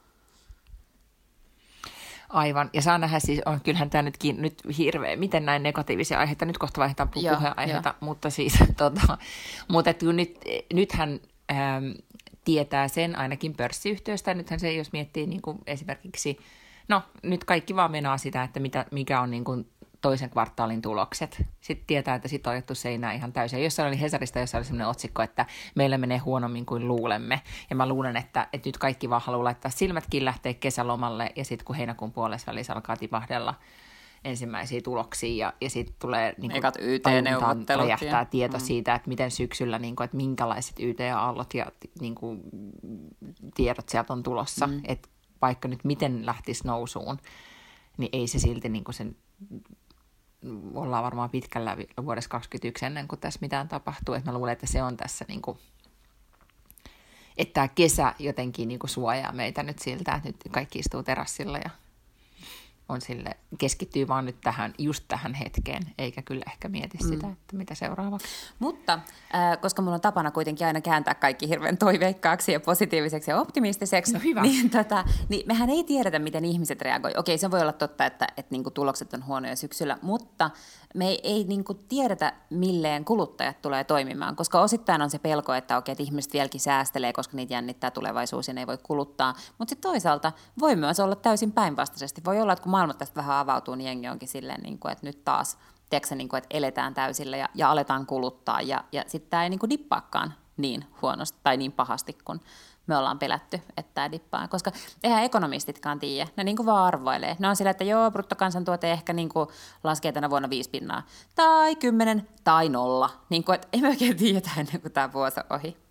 Aivan, ja saa nähdä siis, on, kyllähän tämä nytkin nyt hirveä, miten näin negatiivisia aiheita, nyt kohta vaihdetaan puheenaiheita, mutta siis, tota, mutta että nyt, nythän ähm, tietää sen ainakin pörssiyhtiöstä, nythän se, jos miettii niin kuin esimerkiksi, no nyt kaikki vaan menaa sitä, että mitä, mikä on niin kuin toisen kvartaalin tulokset. Sitten tietää, että sitten on ajettu seinään ihan täysin. Jossain oli Hesarista, jossa oli sellainen otsikko, että meillä menee huonommin kuin luulemme. Ja mä luulen, että, että nyt kaikki vaan haluaa laittaa silmätkin lähteä kesälomalle, ja sitten kun heinäkuun puolessa välissä alkaa tipahdella ensimmäisiä tuloksia, ja, ja sitten tulee niin kuin, Y T-neuvottelut. Räjähtää tieto mm. siitä, että miten syksyllä, niin kuin, että minkälaiset Y T-aallot ja niin kuin, tiedot sieltä on tulossa. Mm. Että vaikka nyt miten lähtisi nousuun, niin ei se silti niin kuin sen, ollaan varmaan pitkällä vuodessa kaksikymmentäyksi ennen kuin tässä mitään tapahtuu. Että mä luulen, että se on tässä, niin kuin, että tämä kesä jotenkin niin kuin suojaa meitä nyt siltä, että nyt kaikki istuu terassilla ja on sille, keskittyy vaan nyt tähän, just tähän hetkeen, eikä kyllä ehkä mieti sitä, mm. että mitä seuraavaksi. Mutta äh, koska mulla on tapana kuitenkin aina kääntää kaikki hirveän toiveikkaaksi ja positiiviseksi ja optimistiseksi, no hyvä. Niin, tota, niin mehän ei tiedetä, miten ihmiset reagoi. Okei, se voi olla totta, että, että niinku tulokset on huonoja syksyllä, mutta me ei, ei niinku tiedetä, milleen kuluttajat tulee toimimaan, koska osittain on se pelko, että okei, että ihmiset vieläkin säästelee, koska niitä jännittää tulevaisuus ja ne ei voi kuluttaa, mutta sitten toisaalta voi myös olla täysin päinvastaisesti. Voi olla, että kun maailma tästä vähän avautuu, niin jengi onkin silleen, niin kuin, että nyt taas, tiedätkö, niin kuin, että eletään täysillä ja, ja aletaan kuluttaa, ja, ja sitten tämä ei niin kuin dippaakaan niin huonosti tai niin pahasti, kun me ollaan pelätty, että tämä dippaa. Koska eihän ekonomistitkaan tiedä, ne niin kuin vaan arvoilee. Ne on sillä, että joo, bruttokansantuote ehkä niin kuin laskee tänä vuonna viisi pinnaa, tai kymmenen, tai nolla. Niin kuin, että ei me oikein tiedetä ennen kuin tämä vuosi on ohi.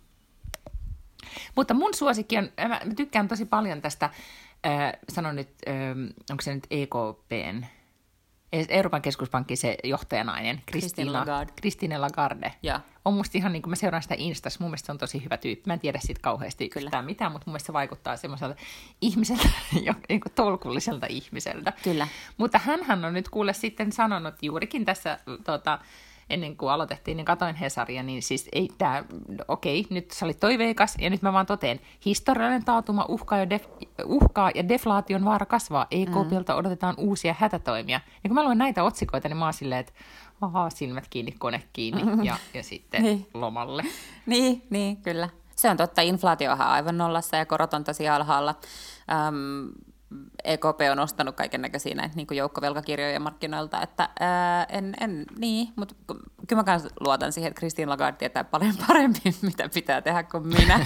Mutta mun suosikki on, mä tykkään tosi paljon tästä, Äh, sanon nyt, äh, onko se nyt E K P:n, Euroopan keskuspankin se johtajanainen, Christine Lagarde. Christine Lagarde. Ja. On musta ihan niin kuin mä seuraan sitä Instassa, mun mielestä se on tosi hyvä tyyppi. Mä en tiedä siitä kauheasti yhtään mitään, mutta mun mielestä se vaikuttaa semmoiselta ihmiseltä, niin kuin tolkulliselta ihmiseltä. Kyllä. Mutta hänhän on nyt kuule sitten sanonut juurikin tässä, tota, ennen kuin aloitettiin, niin katoin Hesaria, niin siis ei tämä, okei, nyt sä olit toiveikas, ja nyt mä vaan toteen, historiallinen taantuma uhkaa ja, def, uhkaa ja deflaation vaara kasvaa, E K P:ltä odotetaan uusia hätätoimia. Ja kun mä luen näitä otsikoita, niin mä oon silleen, että ahaa, silmät kiinni, kone kiinni, ja, ja sitten niin. Lomalle. Niin, niin, kyllä. Se on totta, inflaatiohan on aivan nollassa, ja korot on tosi alhaalla. Ähm, E K P on ostanut kaiken näköisiä näitä niin kuin joukkovelkakirjoja markkinoilta, että ää, en, en, niin, mutta kyllä mä kanssa luotan siihen, että Christine Lagarde tietää paljon paremmin, mitä pitää tehdä kuin minä.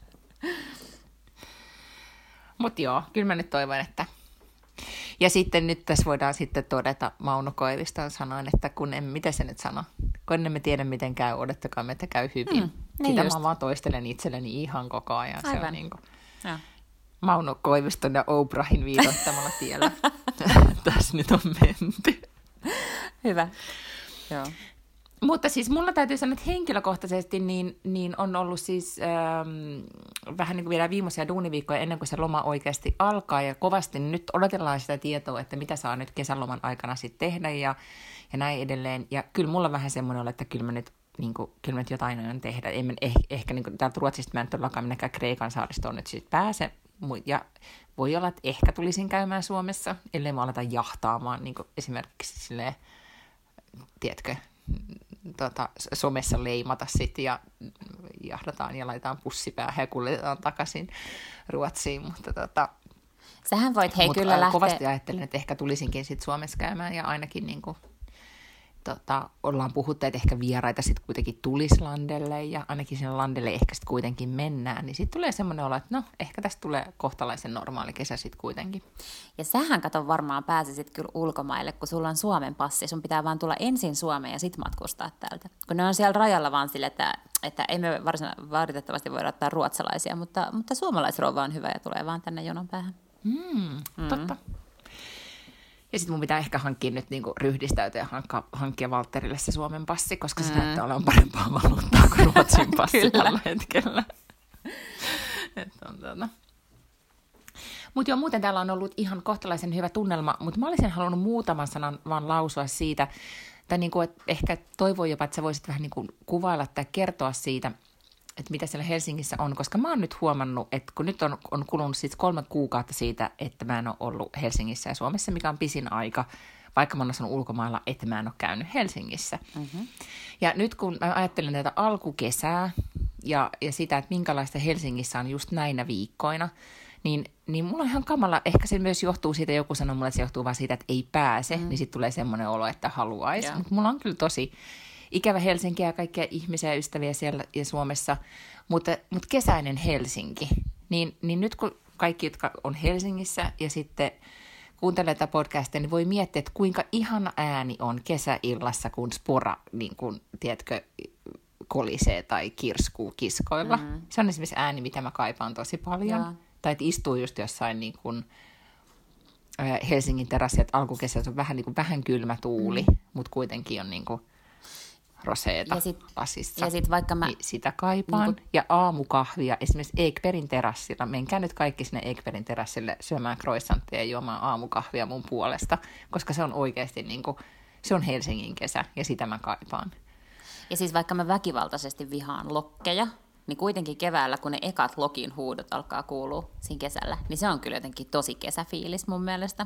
Mutta joo, kyllä mä nyt toivon, että... Ja sitten nyt tässä voidaan sitten todeta, Mauno Koivisto sanoin, että kun en, mitä se nyt sano, kun emme tiedä miten käy, odottakaa, että käy hyvin. Mm, niin sitä just. Mä vaan toistelen itselleni ihan koko ajan. Aivan. Se on niin kuin... Ja. Mauno Koiviston ja Oprahin viitottamalla tiellä. Tässä nyt on menty. Hyvä. Joo. Mutta siis mulla täytyy sanoa, että henkilökohtaisesti niin, niin on ollut siis ähm, vähän niin kuin vielä viimeisiä duuniviikkoja ennen kuin se loma oikeasti alkaa. Ja kovasti nyt odotellaan sitä tietoa, että mitä saa nyt kesäloman aikana sitten tehdä ja, ja näin edelleen. Ja kyllä mulla on vähän semmoinen olla, että kyllä mä nyt, niin kuin, kyllä mä nyt jotain aion tehdä. Ei mä, eh, ehkä niin kuin, täältä Ruotsista mä en todellakaan minäkään Kreikan saaristoon nyt sitten pääse. Ja voi olla, että ehkä tulisin käymään Suomessa, ellei mä aleta jahtaamaan, niin kuin esimerkiksi silleen, tiedätkö, tota, somessa leimata sitten ja jahdataan ja laitetaan pussipäähän ja kuljetetaan takaisin Ruotsiin, mutta tota, sähän voit hei mutta kyllä lähteä. Kovasti ajattelen, että ehkä tulisinkin sitten Suomessa käymään ja ainakin niin kuin, tota, ollaan puhuttu, että ehkä vieraita sitten kuitenkin tulisi landelle ja ainakin sinne landelle ehkä sitten kuitenkin mennään, niin sitten tulee semmoinen olo, että no ehkä tästä tulee kohtalaisen normaali kesä sitten kuitenkin. Ja sähän kato varmaan pääsisit kyllä ulkomaille, kun sulla on Suomen passi, sun pitää vaan tulla ensin Suomeen ja sitten matkustaa täältä. Kun ne on siellä rajalla vaan sille, että, että ei me valitettavasti voida ottaa ruotsalaisia, mutta, mutta suomalaisrouva on hyvä ja tulee vaan tänne jonon päähän. Mm, totta. Mm. Ja sitten mun pitää ehkä hankkia nyt niinku ryhdistäytyä ja hankkia, hankkia Valtterille se Suomen passi, koska se mm. näyttää olevan parempaa valuuttaa kuin Ruotsin passi tällä hetkellä. tuota. Mutta joo, muuten täällä on ollut ihan kohtalaisen hyvä tunnelma, mutta mä olisin halunnut muutaman sanan vaan lausua siitä, tai niinku, että ehkä toivon jopa, että sä voisit vähän niinku kuvailla tai kertoa siitä, että mitä siellä Helsingissä on, koska mä oon nyt huomannut, että kun nyt on, on kulunut siis kolme kuukautta siitä, että mä en ole ollut Helsingissä ja Suomessa, mikä on pisin aika, vaikka mä oon asunut ulkomailla, että mä en ole käynyt Helsingissä. Mm-hmm. Ja nyt kun mä ajattelen tätä alkukesää ja, ja sitä, että minkälaista Helsingissä on just näinä viikkoina, Niin, niin mulla on ihan kamala, ehkä se myös johtuu siitä, joku sanoo mulle, että se johtuu vaan siitä, että ei pääse, mm. niin sitten tulee semmoinen olo, että haluaisi. Yeah. Mutta mulla on kyllä tosi ikävä Helsinki ja kaikkia ihmisiä ja ystäviä siellä ja Suomessa, mutta, mutta kesäinen Helsinki. Niin, niin nyt kun kaikki, jotka on Helsingissä ja sitten kuuntelee tätä podcastia, niin voi miettiä, että kuinka ihana ääni on kesäillassa, kun spora, niin kun, tiedätkö, kolisee tai kirskuu kiskoilla. Mm. Se on esimerkiksi ääni, mitä mä kaipaan tosi paljon. Ja. Tai että istuu just jossain niin kun, äh, Helsingin terassi, että alkukesässä on vähän, niin kun, vähän kylmä tuuli, mm. mutta kuitenkin on niin kun, roseeta ja sit, lasissa. Ja sit vaikka mä... Niin sitä kaipaan. Niin kun... Ja aamukahvia esimerkiksi Eekberin terassilla. Menkää nyt kaikki sinne Eekberin terassille syömään croissanttia ja juomaan aamukahvia mun puolesta, koska se on oikeasti niin kun, se on Helsingin kesä ja sitä mä kaipaan. Ja siis vaikka mä väkivaltaisesti vihaan lokkeja, niin kuitenkin keväällä, kun ne ekat lokin huudot alkaa kuulua siinä kesällä, niin se on kyllä jotenkin tosi kesäfiilis mun mielestä.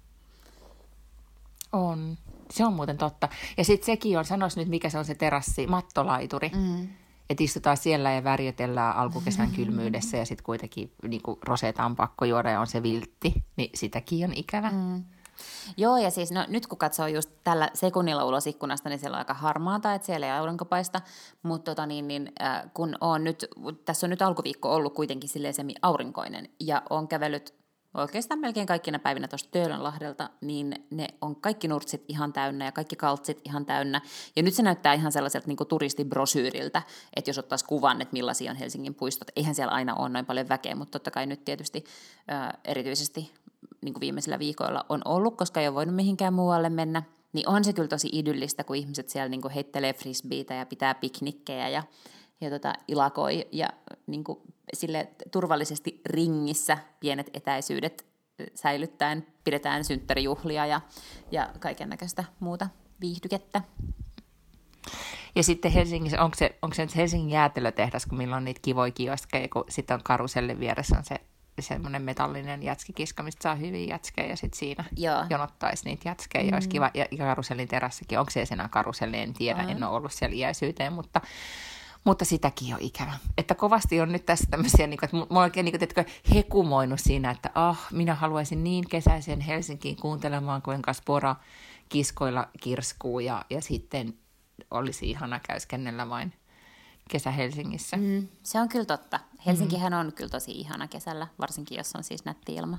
On. Se on muuten totta. Ja sitten sekin on, sanois nyt mikä se on se terassi, mattolaituri. Mm. Että istutaan siellä ja värjötellään alkukesän kylmyydessä ja sitten kuitenkin niin roseeta on pakko juoda ja on se viltti. Niin sitäkin on ikävä. Mm. Joo, ja siis no, nyt kun katsoo just tällä sekunnilla ulos ikkunasta, niin siellä on aika harmaata, että siellä ei aurinko paista, mutta tota niin, niin, äh, kun on nyt, tässä on nyt alkuviikko ollut kuitenkin silleen semi-aurinkoinen, ja on kävellyt oikeastaan melkein kaikkina päivinä tuosta Töölönlahdelta, niin ne on kaikki nurtsit ihan täynnä ja kaikki kaltsit ihan täynnä. Ja nyt se näyttää ihan sellaiselta niin kuin turistibrosyyliltä, että jos ottaisi kuvan, että millaisia on Helsingin puistot. Eihän siellä aina ole noin paljon väkeä, mutta totta kai nyt tietysti äh, erityisesti niin kuin viimeisillä viikoilla on ollut, koska ei ole voinut mihinkään muualle mennä. Niin on se kyllä tosi idyllistä, kun ihmiset siellä niin kuin heittelee frisbeitä ja pitää piknikkejä ja, ja tota, ilakoi ja niin kuin sille turvallisesti ringissä pienet etäisyydet säilyttäen pidetään synttärijuhlia ja, ja kaikennäköistä muuta viihdykettä. Ja sitten Helsingissä, onko se, onko se nyt Helsingin jäätelötehdas, kun milloin on niitä kivoja kioskeja, kun sitten on karusellin vieressä on se semmoinen metallinen jätskikiska, mistä saa hyviä jätskejä ja sitten siinä Joo. jonottaisi niitä jätskejä. Mm. Olisi kiva, ja karusellin terassikin, onko se enää karuselli, en tiedä, mm. en ole ollut siellä iäisyyteen, mutta Mutta sitäkin on ikävä. Että kovasti on nyt tässä tämmöisiä, että mä oon oikein niin hekumoinut siinä, että ah, minä haluaisin niin kesäisen Helsinkiin kuuntelemaan, kuinka spora kiskoilla kirskuu ja, ja sitten olisi ihana käyskennellä vain kesä Helsingissä. Mm, se on kyllä totta. Helsinkihän on kyllä tosi ihana kesällä, varsinkin jos on siis nätti ilma.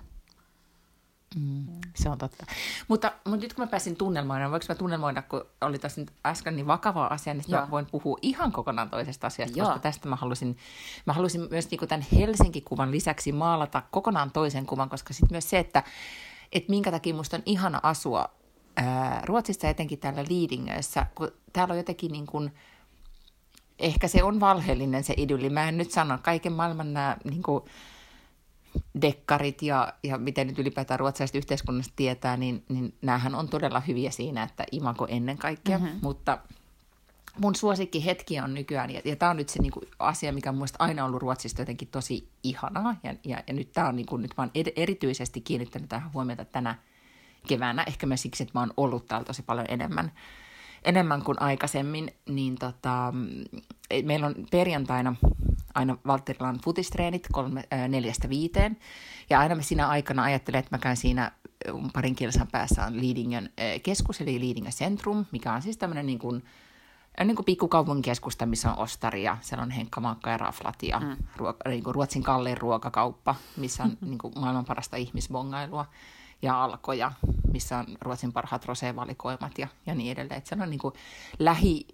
Mm, se on totta. Mutta, mutta nyt kun mä pääsin tunnelmoida, voinko mä tunnelmoida, kun oli tässä nyt äsken niin vakava asia, niin mä voin puhua ihan kokonaan toisesta asiasta, Joo. koska tästä mä halusin, mä halusin myös niin kuin tämän Helsinki-kuvan lisäksi maalata kokonaan toisen kuvan, koska sitten myös se, että, että minkä takia musta on ihana asua ää, Ruotsissa etenkin täällä Lidingössä, kun täällä on jotenkin niin kuin, ehkä se on valheellinen se idylli. Mä en nyt sano, kaiken maailman nämä niin kuin dekkarit ja, ja miten nyt ylipäätään ruotsalaiset yhteiskunnasta tietää, niin, niin näähän on todella hyviä siinä, että imago ennen kaikkea, mm-hmm. mutta mun suosikki hetki on nykyään, ja, ja tämä on nyt se niinku asia, mikä on mielestäni aina ollut Ruotsista jotenkin tosi ihanaa, ja, ja, ja nyt tämä on niinku, nyt mä oon ed- erityisesti kiinnittänyt tähän huomiota tänä keväänä, ehkä myös siksi, että mä oon ollut täällä tosi paljon enemmän, enemmän kuin aikaisemmin, niin tota, meillä on perjantaina aina Valtterilan futistreenit kolme, äh, neljästä viiteen. Ja aina me siinä aikana ajattelen, että mä käyn siinä parin kilsan päässä on Lidingön äh, keskus, eli Lidingö Centrum, mikä on siis tämmöinen niin kuin, äh, niin kuin pikkukaupunkikeskusta, missä on ostari ja siellä on henkkamaakka ja raflat ja mm. ruoka, niin kuin Ruotsin kallein ruokakauppa, missä on niin kuin maailman parasta ihmisbongailua ja alkoja, missä on Ruotsin parhaat rosevalikoimat ja, ja niin edelleen. Että siellä on niin kuin lähi...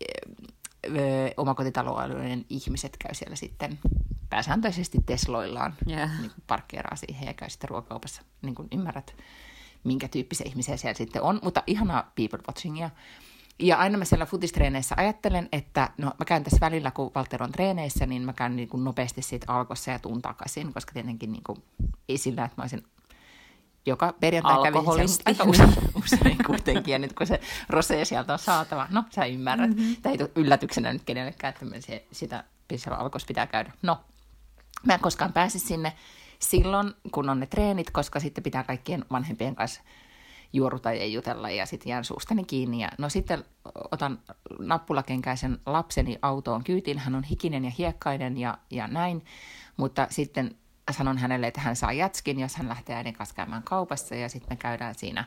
omakotitaloalueiden ihmiset käy siellä sitten pääsääntöisesti Tesloillaan, yeah. niin parkkeeraa siihen ja käy sitten ruokakaupassa, niin kuin ymmärrät, minkä tyyppisiä ihmisiä siellä sitten on, mutta ihanaa people watchingia. Ja aina mä siellä futistreeneissä ajattelen, että no mä käyn tässä välillä, kun Valtteri on treeneissä, niin mä käyn niin kuin nopeasti siitä alkossa ja tuun takaisin, koska tietenkin niin kuin, ei sillä, että mä olisin joka perjantai kävisi aika usein, usein kuitenkin, ja nyt kun se rosé sieltä on saatava, no sä ymmärrät, mm-hmm. tämä ei tule yllätyksenä nyt kenellekään, että se, sitä siellä alkossa pitää käydä. No, mä en koskaan pääse sinne silloin, kun on ne treenit, koska sitten pitää kaikkien vanhempien kanssa juoruta ja jutella, ja sitten jään suustani kiinni. Ja no sitten otan nappulakenkäisen lapseni autoon kyytiin, hän on hikinen ja hiekkainen ja, ja näin, mutta sitten sanon hänelle, että hän saa jätskin, jos hän lähtee äidin kanssa käymään kaupassa, ja sitten me käydään siinä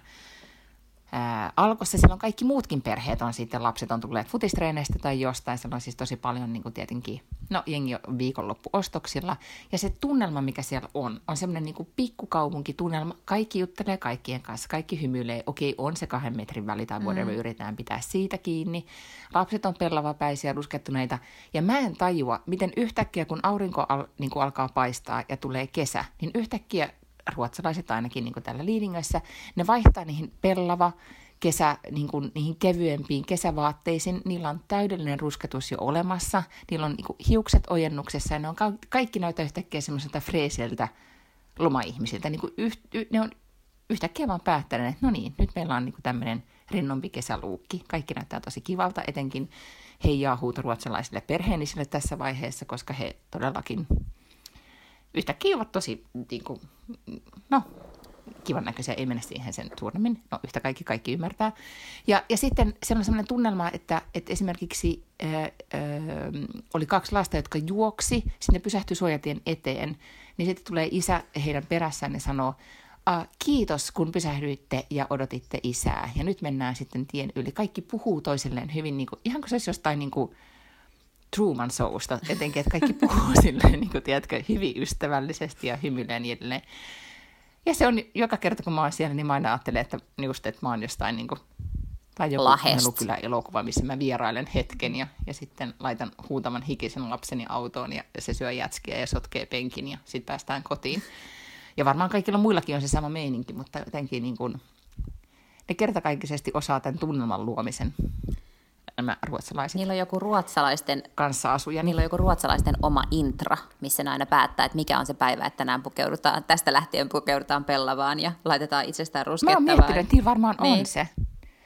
ää, Alkossa. Siellä on kaikki muutkin perheet, on sitten lapset on tulleet futistreeneistä tai jostain, siellä on siis tosi paljon niin kuin tietenkin, no jengi on viikonloppuostoksilla, ja se tunnelma, mikä siellä on, on semmoinen niin kuin pikkukaupunkitunnelma, kaikki juttelee kaikkien kanssa, kaikki hymyilee, okei, on se kahden metrin väli tai whatever, mm. yritetään pitää siitä kiinni, lapset on pellavapäisiä, ruskettuneita, ja mä en tajua, miten yhtäkkiä, kun aurinko al, niin kuin alkaa paistaa ja tulee kesä, niin yhtäkkiä ruotsalaiset ainakin niin kuin täällä Liidingössä, ne vaihtaa niihin pellava, kesä, niin kuin, niihin kevyempiin kesävaatteisiin, niillä on täydellinen rusketus jo olemassa, niillä on niin kuin, hiukset ojennuksessa ja ne on ka- kaikki näyttää yhtäkkiä semmoiselta freeseltä loma-ihmisiltä. Niin kuin yht, y, ne on yhtäkkiä vaan päättäneet, että no niin, nyt meillä on niin kuin tämmöinen rennompi kesäluukki. Kaikki näyttää tosi kivalta, etenkin heijaa huuto ruotsalaisille perheenisille tässä vaiheessa, koska he todellakin yhtäkkiä ovat tosi, niin kuin, no, kivan näköisiä, ei mennä siihen sen suuremmin. No, yhtä kaikki, kaikki ymmärtää. Ja, ja sitten se on sellainen tunnelma, että, että esimerkiksi ää, ää, oli kaksi lasta, jotka juoksi, sinne pysähtyi suojatien eteen, niin sitten tulee isä heidän perässään ja sanoo, kiitos, kun pysähdyitte ja odotitte isää. Ja nyt mennään sitten tien yli. Kaikki puhuu toisilleen hyvin, niin kuin, ihan kuin se olisi jostain niin kuin Truman Showsta, etenkin, että kaikki puhuu silleen, niin kuin, tiedätkö, hyvin ystävällisesti ja hymyilee niin edelleen. Ja se on joka kerta, kun mä oon siellä, niin mä aina ajattelen, että, just, että mä oon jostain niin kuin, tai joku Melukylä-elokuva, missä mä vierailen hetken ja, ja sitten laitan huutaman hikisen lapseni autoon ja se syö jätskiä ja sotkee penkin ja sitten päästään kotiin. Ja varmaan kaikilla muillakin on se sama meininki, mutta jotenkin niin kuin, ne kertakaikkisesti osaa tämän tunnelman luomisen. Nämä ruotsalaiset. Niillä on joku ruotsalaisten kanssa asuja. Niillä on joku ruotsalaisten oma intra, missä ne aina päättää, että mikä on se päivä, että tänään pukeudutaan, tästä lähtien pukeudutaan pellavaan ja laitetaan itsestään ruskettavaa. Mä oon miettinyt, että niin varmaan niin. On se.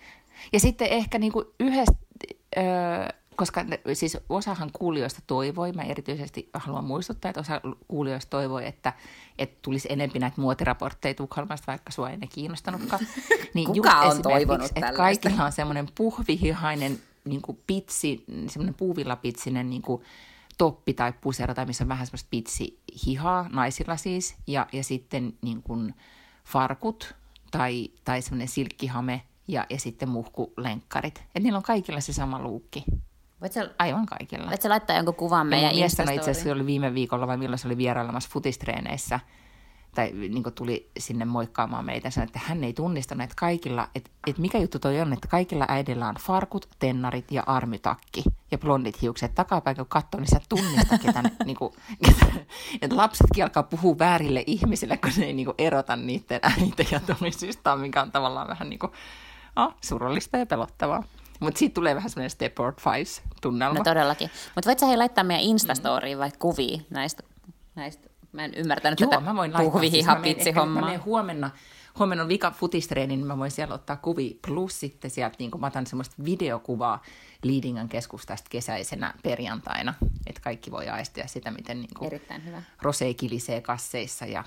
Ja sitten ehkä niin kuin yhdessä, öö, koska siis osahan kuulijoista toivoi, mä erityisesti haluan muistuttaa, että osa kuulijoista toivoi, että, että tulisi enemmän näitä muotiraportteja Tukholmasta, vaikka sua ei ne kiinnostanutkaan. Niin kuka on toivonut tällaista? Että kaikilla on semmoinen puhvihihainen niin kuin pitsi, semmoinen puuvillapitsinen niin kuin toppi tai pusero, tai missä on vähän semmoista pitsihihaa, naisilla siis, ja, ja sitten niin kuin farkut tai, tai semmoinen silkkihame ja, ja sitten muhkulenkkarit. Että niillä on kaikilla se sama luukki. Sä, aivan kaikilla. Voit sä laittaa jonkun kuvan meidän Instastoriin? Itse asiassa oli viime viikolla, vai milloin se oli vierailemassa futistreeneissä, tai niin tuli sinne moikkaamaan meitä, sanoi, että hän ei tunnistanut, että kaikilla, että, että mikä juttu toi on, että kaikilla äidillä on farkut, tennarit ja armytakki ja blondit hiukset. Takapäin kun katsoo, niin sä tunnistat, ketä, niin kuin, ketä, että lapsetkin alkaa puhua väärille ihmisille, kun ne ei niin kuin, erota niiden äitejä tunnistustaan, mikä on tavallaan vähän niin kuin, oh, surullista ja pelottavaa. Mutta siitä tulee vähän semmoinen Stepford Fives-tunnelma. No todellakin. Mutta voit sä hei laittaa meidän Instastoriin vaikka kuvia näistä, näistä. Mä en ymmärtänyt Joo, tätä mä voin laittaa. puhvihihapitsihommaa. Mä menen huomenna, huomenna on vika futistreeni, niin mä voin siellä ottaa kuvia. Plus sitten sieltä, niin kun mä otan semmoista videokuvaa Liidingön keskustasta kesäisenä perjantaina, että kaikki voi aistia sitä, miten niin kuin erittäin hyvä. Rosé kilisee kasseissa ja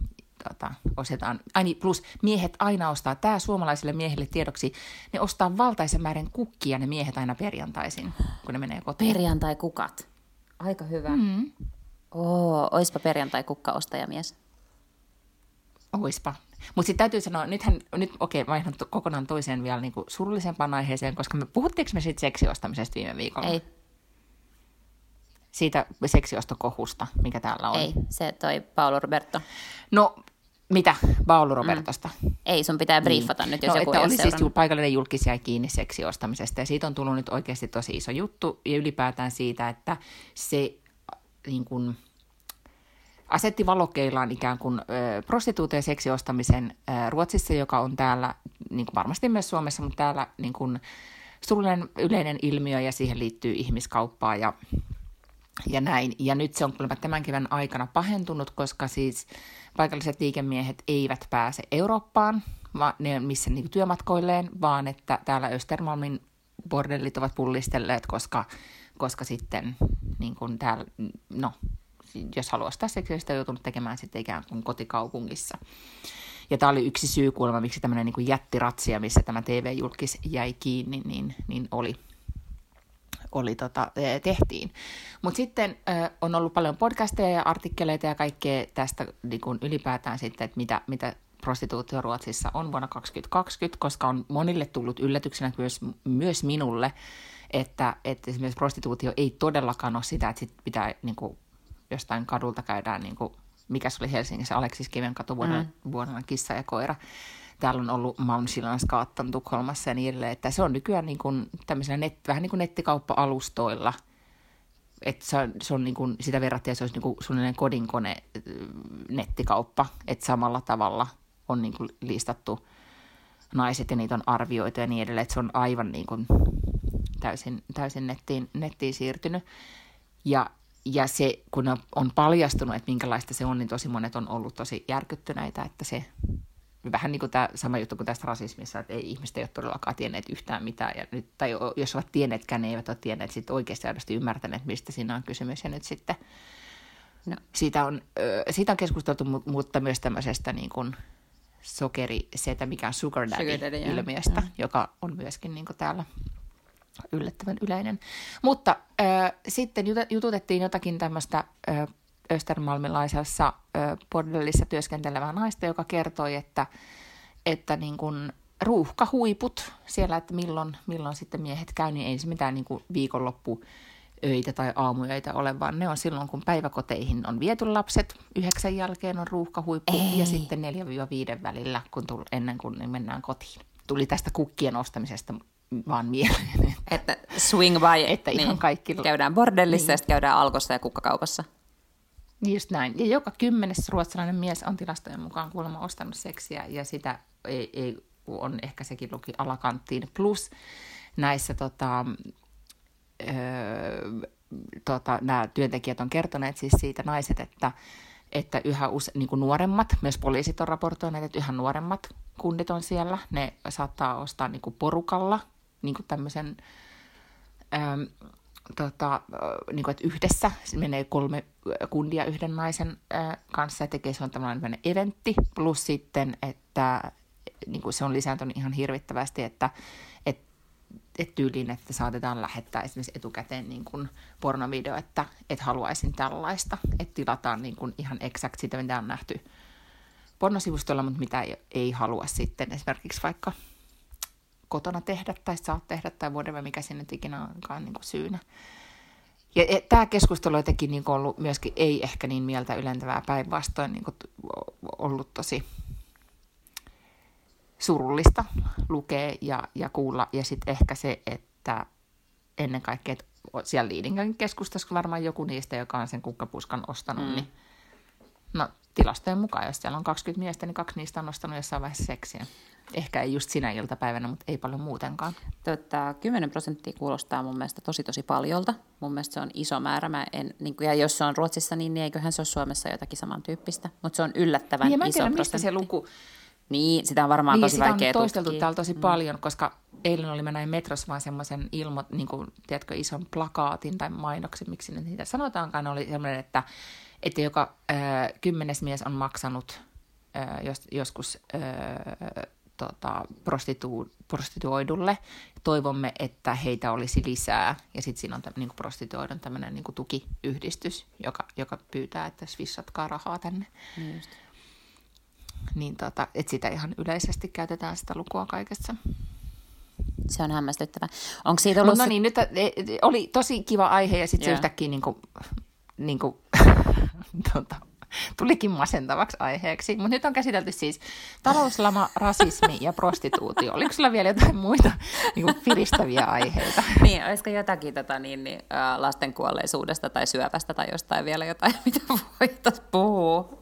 tota, ostetaan. Ai niin, plus miehet aina ostaa, tämä suomalaisille miehille tiedoksi, ne ostaa valtaisen määrän kukkia ne miehet aina perjantaisin, kun ne menee kotiin. Perjantai-kukat. Aika hyvä. Mm. Oo, oispa perjantai-kukka-ostajamies. Oispa. Mutta sitten täytyy sanoa, nythän, nyt okei, okay, vaihdan to, kokonaan toiseen vielä niin kuin surullisempaan aiheeseen, koska me puhuttiinko me siitä seksiostamisesta viime viikolla? Ei. Siitä seksiostokohusta, mikä täällä on. Ei, se toi Paolo Roberto. No, mitä Paolo Robertosta? Mm. Ei, sun pitää briefata niin. nyt, jos no, joku että ei oli seurannut. siis paikallinen julkis jäi kiinni seksiostamisesta, ja siitä on tullut nyt oikeasti tosi iso juttu, ja ylipäätään siitä, että se niin kuin asetti valokeilaan ikään kuin ö, prostituution ja seksiostamisen ö, Ruotsissa, joka on täällä, niin kuin varmasti myös Suomessa, mutta täällä niin kuin surullinen yleinen ilmiö, ja siihen liittyy ihmiskauppaa ja, ja näin. Ja nyt se on kyllä tämän kevään aikana pahentunut, koska siis paikalliset liikemiehet eivät pääse Eurooppaan, vaan ne missä niin kuin työmatkoilleen, vaan että täällä Östermalmin bordellit ovat pullistelleet, koska, koska sitten niin kuin täällä, no, jos haluaa ostaa seksiä, sitä on joutunut tekemään sitten ikään kuin kotikaupungissa. Ja tämä oli yksi syy kuulemma, miksi tämmöinen niin kuin jättiratsia, missä tämä T V-julkis jäi kiinni, niin, niin oli, oli tota, tehtiin. Mutta sitten ö, on ollut paljon podcasteja ja artikkeleita ja kaikkea tästä niin kun ylipäätään sitten, että mitä, mitä prostituutio Ruotsissa on vuonna kaksituhattakaksikymmentä, koska on monille tullut yllätyksenä myös, myös minulle, että, että esimerkiksi prostituutio ei todellakaan ole sitä, että sit pitää niin kuin, jostain kadulta käydään, niin kuin, mikä se oli Helsingissä, Aleksis Kivenkatu vuonna, mm. vuonna kissa ja koira. Täällä on ollut Malmskillnadsgatan Tukholmassa ja niin edelleen, että se on nykyään niin kuin tämmöisellä net, vähän niin kuin nettikauppa-alustoilla. Että se on, se on niin kuin, sitä verrattiin, että se olisi niin kuin suunnilleen kodinkone nettikauppa, että samalla tavalla on niin kuin listattu naiset ja niitä on arvioitu ja niin edelleen, että se on aivan niin kuin täysin, täysin nettiin, nettiin siirtynyt. Ja, ja se, kun on paljastunut, että minkälaista se on, niin tosi monet on ollut tosi järkyttyneitä, että se vähän niin kuin tämä sama juttu kuin tästä rasismissa, että ei ihmiset ei ole todellakaan tienneet yhtään mitään. Ja nyt, tai jos ovat tienneetkään, ne eivät ole tienneet sitten oikeasti aidosti ymmärtäneet, mistä siinä on kysymys. Ja nyt sitten no. siitä, on, siitä on keskusteltu, mutta myös tämmöisestä niin kuin sokerisetä, mikä on sugar daddy-ilmiöstä, mm. joka on myöskin niin kuin täällä yllättävän yleinen. Mutta äh, sitten jututettiin jotakin tämmöistä äh, östermalmilaisessa äh, bordellissa työskentelevää naista, joka kertoi, että, että niin kuin ruuhkahuiput siellä, että milloin, milloin sitten miehet käy, niin ei se mitään niin kuin viikonloppuöitä tai aamuöitä ole, vaan ne on silloin, kun päiväkoteihin on viety lapset. Yhdeksän jälkeen on ruuhkahuippu ei. Ja sitten neljä viiden välillä, kun tull, ennen kuin niin mennään kotiin. Tuli tästä kukkien ostamisesta vaan mieleen. Että swing by, että niin. ihan kaikki Käydään bordellissa niin. Ja sitten käydään Alkossa ja kukkakaupassa. Just näin. Ja joka kymmenes ruotsalainen mies on tilastojen mukaan kuulemma ostanut seksiä, ja sitä ei, ei on ehkä sekin luki alakanttiin. Plus näissä tota, öö, tota, nämä työntekijät on kertoneet siis siitä naiset, että, että yhä use, niin kuin nuoremmat, myös poliisit on raportoineet, että yhä nuoremmat kundit on siellä. Ne saattaa ostaa niin kuin porukalla niin kuin tämmöisen... Öö, Tota, niin kuin, että yhdessä menee kolme kundia yhden naisen ää, kanssa ja tekee, se on tämmöinen eventti, plus sitten, että niin kuin se on lisääntynyt ihan hirvittävästi, että et, et tyyliin, että saatetaan lähettää esimerkiksi etukäteen niin kuin pornovideo, että et haluaisin tällaista, että tilataan niin kuin ihan exakt sitä, mitä on nähty pornosivustolla, mutta mitä ei, ei halua sitten esimerkiksi vaikka kotona tehdä tai saa tehdä tai whatever, mikä sinne ikinä onkaan niin kuin syynä. Ja tämä keskustelu on jotenkin niin kuin ollut myöskin ei ehkä niin mieltä ylentävää, päinvastoin niin kuin ollut tosi surullista lukea ja, ja kuulla. Ja sitten ehkä se, että ennen kaikkea, että siellä Liidingön keskustassa varmaan joku niistä, joka on sen kukkapuskan ostanut, mm. niin no tilastojen mukaan, jos siellä on kaksikymmentä miestä, niin kaksi niistä on ostanut jossain vaiheessa seksiä. Ehkä ei just sinä iltapäivänä, mutta ei paljon muutenkaan. Tota, kymmenen prosenttia kuulostaa mun mielestä tosi tosi paljolta. Mun mielestä se on iso määrä. Mä en, niin kuin, ja jos se on Ruotsissa, niin, niin eiköhän se ole Suomessa jotakin samantyyppistä. Mutta se on yllättävän niin, iso mä en tiedä, prosentti. mistä se luku... Niin, sitä on varmaan niin, tosi vaikea tutkia. Sitä on toisteltu täällä tosi mm. paljon, koska eilen oli mä näin metrossa vaan semmoisen ilmo, niin kuin, tiedätkö, ison plakaatin tai mainoksen, miksi nyt niitä sanotaankaan, oli semmoinen, että, että joka äh, kymmenes mies on maksanut äh, jos, joskus... Äh, Tota, prostitu- prostituoidulle. Toivomme, että heitä olisi lisää. Ja sitten siinä on täm, niin prostituoidun tämmöinen niin tukiyhdistys, joka, joka pyytää, että swissatkaa rahaa tänne. Just. Niin tota, että sitä ihan yleisesti käytetään sitä lukua kaikessa. Se on hämmästyttävä. Onko siitä ollut... No niin, nyt oli tosi kiva aihe ja sitten se yhtäkkiä niin kuin, niin kuin, tota, tulikin masentavaksi aiheeksi. Mutta nyt on käsitelty siis talouslama, rasismi ja prostituutio. Oliko sulla vielä jotain muita niin kuin piristäviä aiheita? Niin, olisiko jotakin tota, niin, niin, lasten kuolleisuudesta tai syöpästä tai jostain vielä jotain, mitä voitaisiin puhua?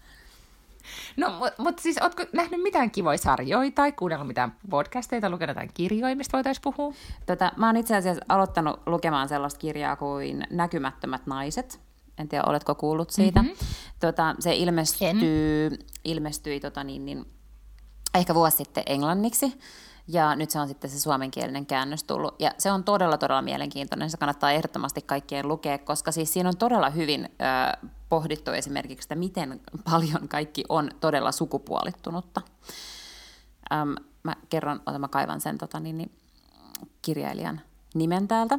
No, mutta mut siis ootko nähnyt mitään kivoja sarjoja tai kuunnellut mitään podcasteja tai lukenut jotain kirjoja, mistä voitaisiin puhua? Tota, mä oon itse asiassa aloittanut lukemaan sellaista kirjaa kuin Näkymättömät naiset. En tiedä, oletko kuullut siitä. Mm-hmm. Tota, se ilmestyy, ilmestyi tota, niin, niin, ehkä vuosi sitten englanniksi. Ja nyt se on sitten se suomenkielinen käännös tullut. Ja se on todella, todella mielenkiintoinen. Se kannattaa ehdottomasti kaikkien lukea, koska siis siinä on todella hyvin ö, pohdittu esimerkiksi, että miten paljon kaikki on todella sukupuolittunutta. Öm, mä kerron, otan mä kaivan sen tota, niin, niin, kirjailijan nimen täältä.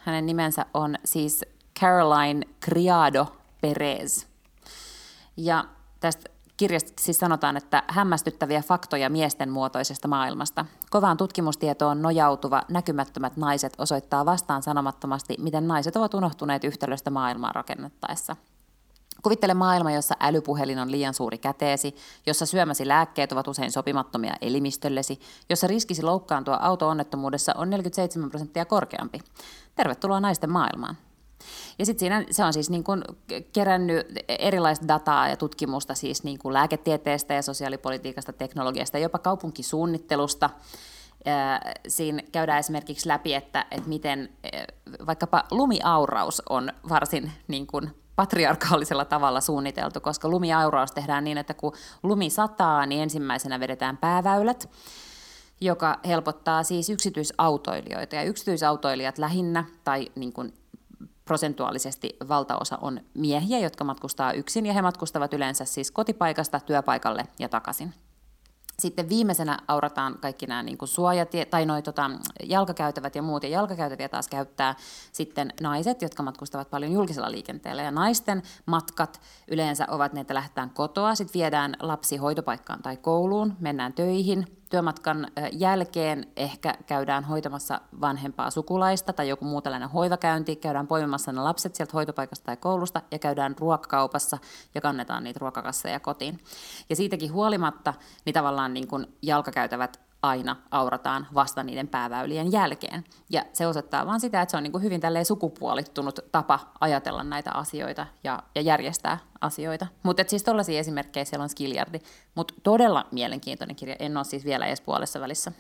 Hänen nimensä on siis Caroline Criado Perez. Ja tästä kirjasta siis sanotaan, että hämmästyttäviä faktoja miesten muotoisesta maailmasta. Kovaan tutkimustietoon nojautuva näkymättömät naiset osoittaa vastaan sanomattomasti, miten naiset ovat unohtuneet yhtälöstä maailmaa rakennettaessa. Kuvittele maailma, jossa älypuhelin on liian suuri käteesi, jossa syömäsi lääkkeet ovat usein sopimattomia elimistöllesi, jossa riskisi loukkaantua auto-onnettomuudessa on neljäkymmentäseitsemän prosenttia korkeampi. Tervetuloa naisten maailmaan. Ja sitten siinä se on siis niin kuin kerännyt erilaista dataa ja tutkimusta siis niin kuin lääketieteestä ja sosiaalipolitiikasta, teknologiasta ja jopa kaupunkisuunnittelusta. Siinä käydään esimerkiksi läpi, että, että miten vaikkapa lumiauraus on varsin niin kuin patriarkaalisella tavalla suunniteltu, koska lumiauraus tehdään niin, että kun lumi sataa, niin ensimmäisenä vedetään pääväylät, joka helpottaa siis yksityisautoilijoita. Ja yksityisautoilijat lähinnä, tai niin kuin prosentuaalisesti valtaosa on miehiä, jotka matkustaa yksin, ja he matkustavat yleensä siis kotipaikasta työpaikalle ja takaisin. Sitten viimeisenä aurataan kaikki nämä niin kuin suojat tai noi, tota, jalkakäytävät ja muut, ja jalkakäytäviä taas käyttää sitten naiset, jotka matkustavat paljon julkisella liikenteellä. Ja naisten matkat yleensä ovat ne, että lähdetään kotoa, sitten viedään lapsi hoitopaikkaan tai kouluun, mennään töihin. Työmatkan jälkeen ehkä käydään hoitamassa vanhempaa sukulaista tai joku muu tällainen hoivakäynti, käydään poimimassa ne lapset sieltä hoitopaikasta tai koulusta ja käydään ruokakaupassa ja kannetaan niitä ruokakasseja kotiin. Ja siitäkin huolimatta, niin tavallaan niin kuin jalkakäytävät aina aurataan vasta niiden pääväylien jälkeen. Ja se osoittaa vaan sitä, että se on niin kuin hyvin tälleen sukupuolittunut tapa ajatella näitä asioita ja, ja järjestää asioita. Mutta siis tollaisia esimerkkejä siellä on skiljardi, mutta todella mielenkiintoinen kirja. En ole siis vielä edes puolessa välissä.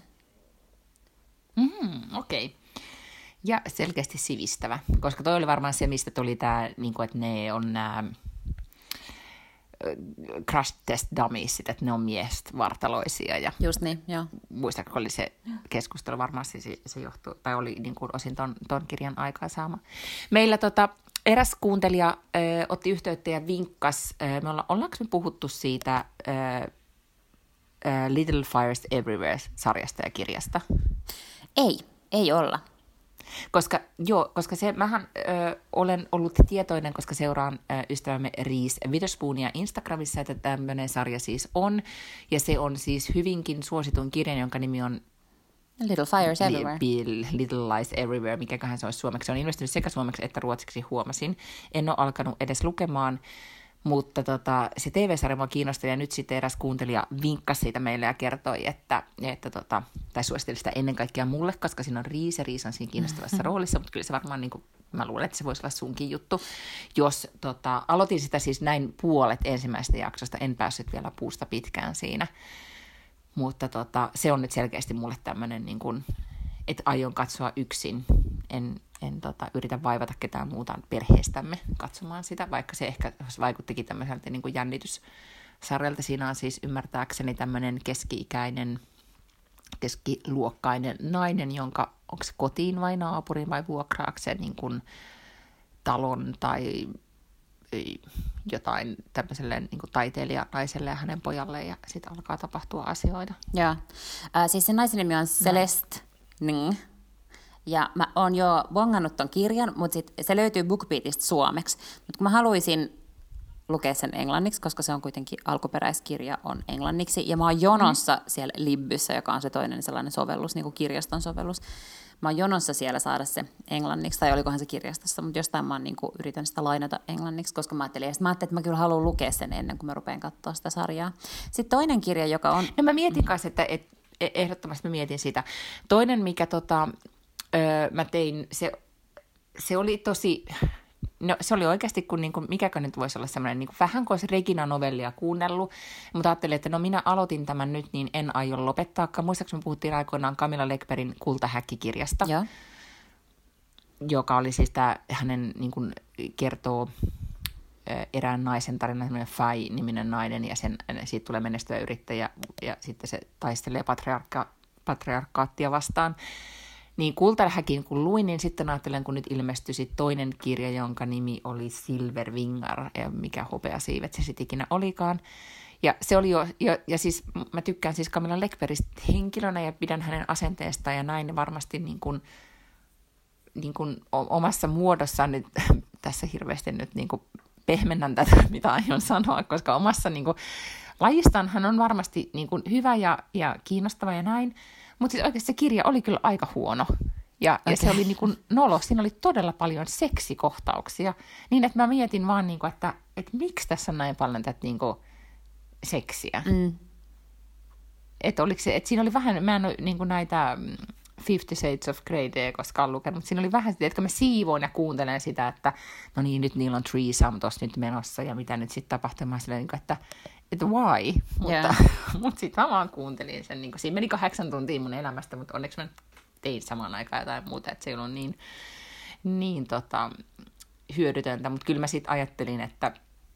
Mm, okei. Okay. Ja selkeästi sivistävä, koska toi oli varmaan se, mistä tuli tämä, niin että ne on nämä crash test dummies, että ne on miesvartaloisia. Ja just niin, joo. Muistatko, oli se keskustelu, varmaan se, se johtuu, tai oli niin kuin osin ton, ton kirjan aikaa saama. Meillä tota, eräs kuuntelija ö, otti yhteyttä ja vinkkas, ö, me olla, ollaanko me puhuttu siitä ö, ö, Little Fires Everywhere-sarjasta ja kirjasta? Ei, ei olla. Koska, joo, koska se, mähän ö, olen ollut tietoinen, koska seuraan ö, ystävämme Reese Witherspoonia Instagramissa, että tämmöinen sarja siis on. Ja se on siis hyvinkin suositun kirjan, jonka nimi on Little Fires Everywhere. Bill, Little Lies Everywhere, mikäköhän se olisi suomeksi. Se on ilmestynyt sekä suomeksi että ruotsiksi, huomasin. En ole alkanut edes lukemaan, mutta tota, se T V-sarja mua kiinnostaa, ja nyt sitten eräs kuuntelija vinkkasi siitä meille ja kertoi, että, että tota, tai suositteli sitä ennen kaikkea mulle, koska siinä on Riis, ja Riis on siinä kiinnostavassa roolissa, mutta kyllä se varmaan, niin kuin, mä luulen, että se voisi olla sunkin juttu. Jos tota, aloitin sitä siis näin puolet ensimmäisestä jaksosta, en päässyt vielä puusta pitkään siinä, mutta tota, se on nyt selkeästi mulle tämmöinen, niin kuin, että aion katsoa yksin, en En tota, yritä vaivata ketään muuta perheestämme katsomaan sitä, vaikka se ehkä vaikuttikin tämmöiseltä niin kuin jännityssarjalta. Siinä on siis ymmärtääkseni tämmöinen keski-ikäinen, keskiluokkainen nainen, jonka onko se kotiin vai naapuriin vai vuokraakseen niin kuin talon tai jotain tämmöiselle niin kuin taiteilijanaiselle ja hänen pojalle, ja sitten alkaa tapahtua asioita. Joo, äh, siis se naisen nimi on Celeste Ng. Ja mä oon jo bongannut ton kirjan, mutta sit se löytyy BookBeatista suomeksi. Mutta kun mä haluaisin lukea sen englanniksi, koska se on kuitenkin alkuperäiskirja on englanniksi. Ja mä oon jonossa mm. siellä Libbyssä, joka on se toinen sellainen sovellus, niin kuin kirjaston sovellus. Mä oon jonossa siellä saada se englanniksi, tai olikohan se kirjastossa, mutta jostain mä oon niin kuin yritän sitä lainata englanniksi, koska mä ajattelin, että mä ajattelin, että mä kyllä haluan lukea sen ennen kuin mä rupean katsoa sitä sarjaa. Sitten toinen kirja, joka on... No mä mietin kanssa, että et, ehdottomasti mä mietin sitä. Toinen, mikä tota... Öö, mä tein, se, se oli tosi, no se oli oikeasti kun, niin kuin, mikäkö nyt voisi olla semmoinen, niin kuin, vähän kuin olisi Regina-novellia kuunnellut, mutta ajattelin, että no minä aloitin tämän nyt, niin en aio lopettaakaan. Muistaakseni me puhuttiin aikoinaan Camilla Läckbergin Kultahäkki-kirjasta, ja. Joka oli siis tämä, hänen niin kuin, kertoo erään naisen tarina, semmoinen Fai-niminen nainen, ja sen, siitä tulee menestyvä yrittäjä, ja sitten se taistelee patriarkka, patriarkaattia vastaan. Niin Kultahäkin kun luin, niin sitten ajattelen, kun nyt ilmestyi sit toinen kirja, jonka nimi oli Silvervingar, ja mikä hopeasiivet se sitten ikinä olikaan. Ja se oli jo, jo, ja siis mä tykkään siis Camilla Läckbergistä henkilönä ja pidän hänen asenteestaan ja näin, varmasti niin kuin, niin kuin omassa muodossaan nyt tässä hirveästi nyt niin kuin pehmennän tätä, mitä aion sanoa, koska omassa niin kuin, lajistanhan on varmasti niin kuin, hyvä ja, ja kiinnostava ja näin, mutta siis oikeasti se kirja oli kyllä aika huono. Ja, okay. ja se oli niin kuin nolo, siinä oli todella paljon seksikohtauksia, niin että mä mietin vaan, niin kuin, että, että miksi tässä on näin paljon tätä niin kuin, seksiä. Mm. Että oliko se, että siinä oli vähän, mä en ole niin kuin näitä Fifty Shades of Grey koskaan lukenut, mutta siinä oli vähän sitä, että mä siivoin ja kuuntelen sitä, että no niin, nyt niillä on threesome tossa nyt menossa ja mitä nyt sitten tapahtuu. Mä silleen, että, että why? Mutta, yeah. mutta sitten mä vaan kuuntelin sen. Niin kuin, siinä meni kahdeksan tuntia mun elämästä, mutta onneksi mä tein samaan aikaan jotain muuta, että se ei ollut niin, niin tota, hyödytöntä. Mutta kyllä mä sitten ajattelin, että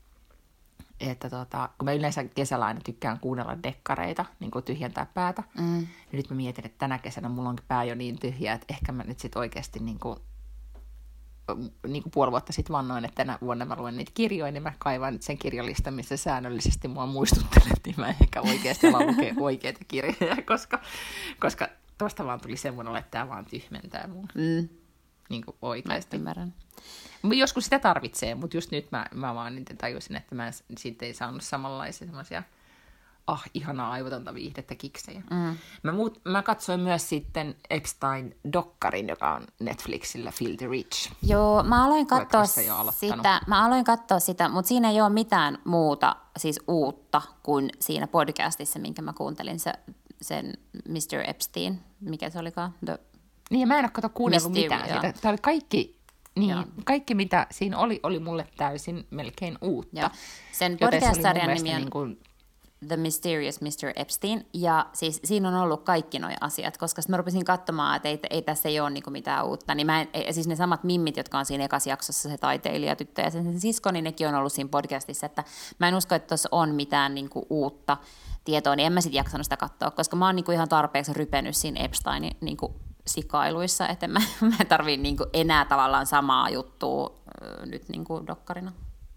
että tota, kun mä yleensä kesällä aina tykkään kuunnella dekkareita, niin kuin tyhjentää päätä, mm. niin nyt mä mietin, että tänä kesänä mulla onkin pää jo niin tyhjä, että ehkä mä nyt sit oikeasti niin kuin, niin kuin puoli vuotta sitten vannoin, että tänä vuonna mä luen niitä kirjoja, niin mä kaivan nyt sen kirjalistan, missä säännöllisesti mua muistuttelet, niin mä ehkä oikeasti alan lukea oikeita kirjoja, koska, koska tuosta vaan tuli semmoinen, että tämä vaan tyhmentää mun. Mm. Niin kuin oikeasti. Mä ymmärrän. Joskus sitä tarvitsee, mutta just nyt mä, mä vaan niitä tajusin, että mä siitä ei saanut samanlaisia semmoisia, ah, ihanaa aivotonta viihdettä kiksejä. Mm. Mä, muut, mä katsoin myös sitten Epstein-dokkarin, joka on Netflixillä, Filthy Rich. Joo, mä aloin katsoa sitä, mä aloin katsoa sitä, mutta siinä ei ole mitään muuta, siis uutta kuin siinä podcastissa, minkä mä kuuntelin, se, sen mister Epstein, mikä se olikaan? The Niin, ja mä en ole kato kuunnellut mitään siitä. Tämä oli kaikki, niin, kaikki, mitä siinä oli, oli mulle täysin melkein uutta. Ja sen podcast-sarjan nimi on niin kuin The Mysterious mister Epstein, ja siis siinä on ollut kaikki nuo asiat, koska sitten mä rupesin katsomaan, että ei, ei tässä ei ole niinku mitään uutta. Niin mä en, siis ne samat mimmit, jotka on siinä ekassa jaksossa, se taiteilijatyttö ja sen, sen sisko, niin nekin on ollut siinä podcastissa, että mä en usko, että tuossa on mitään niinku uutta tietoa, niin en mä sitten jaksanut sitä katsoa, koska mä oon niinku ihan tarpeeksi rypennyt siinä Epsteinin niinku sikailuissa, että mä, mä tarvii niinku enää tavallaan samaa juttua äh, nyt niinku dokkarina.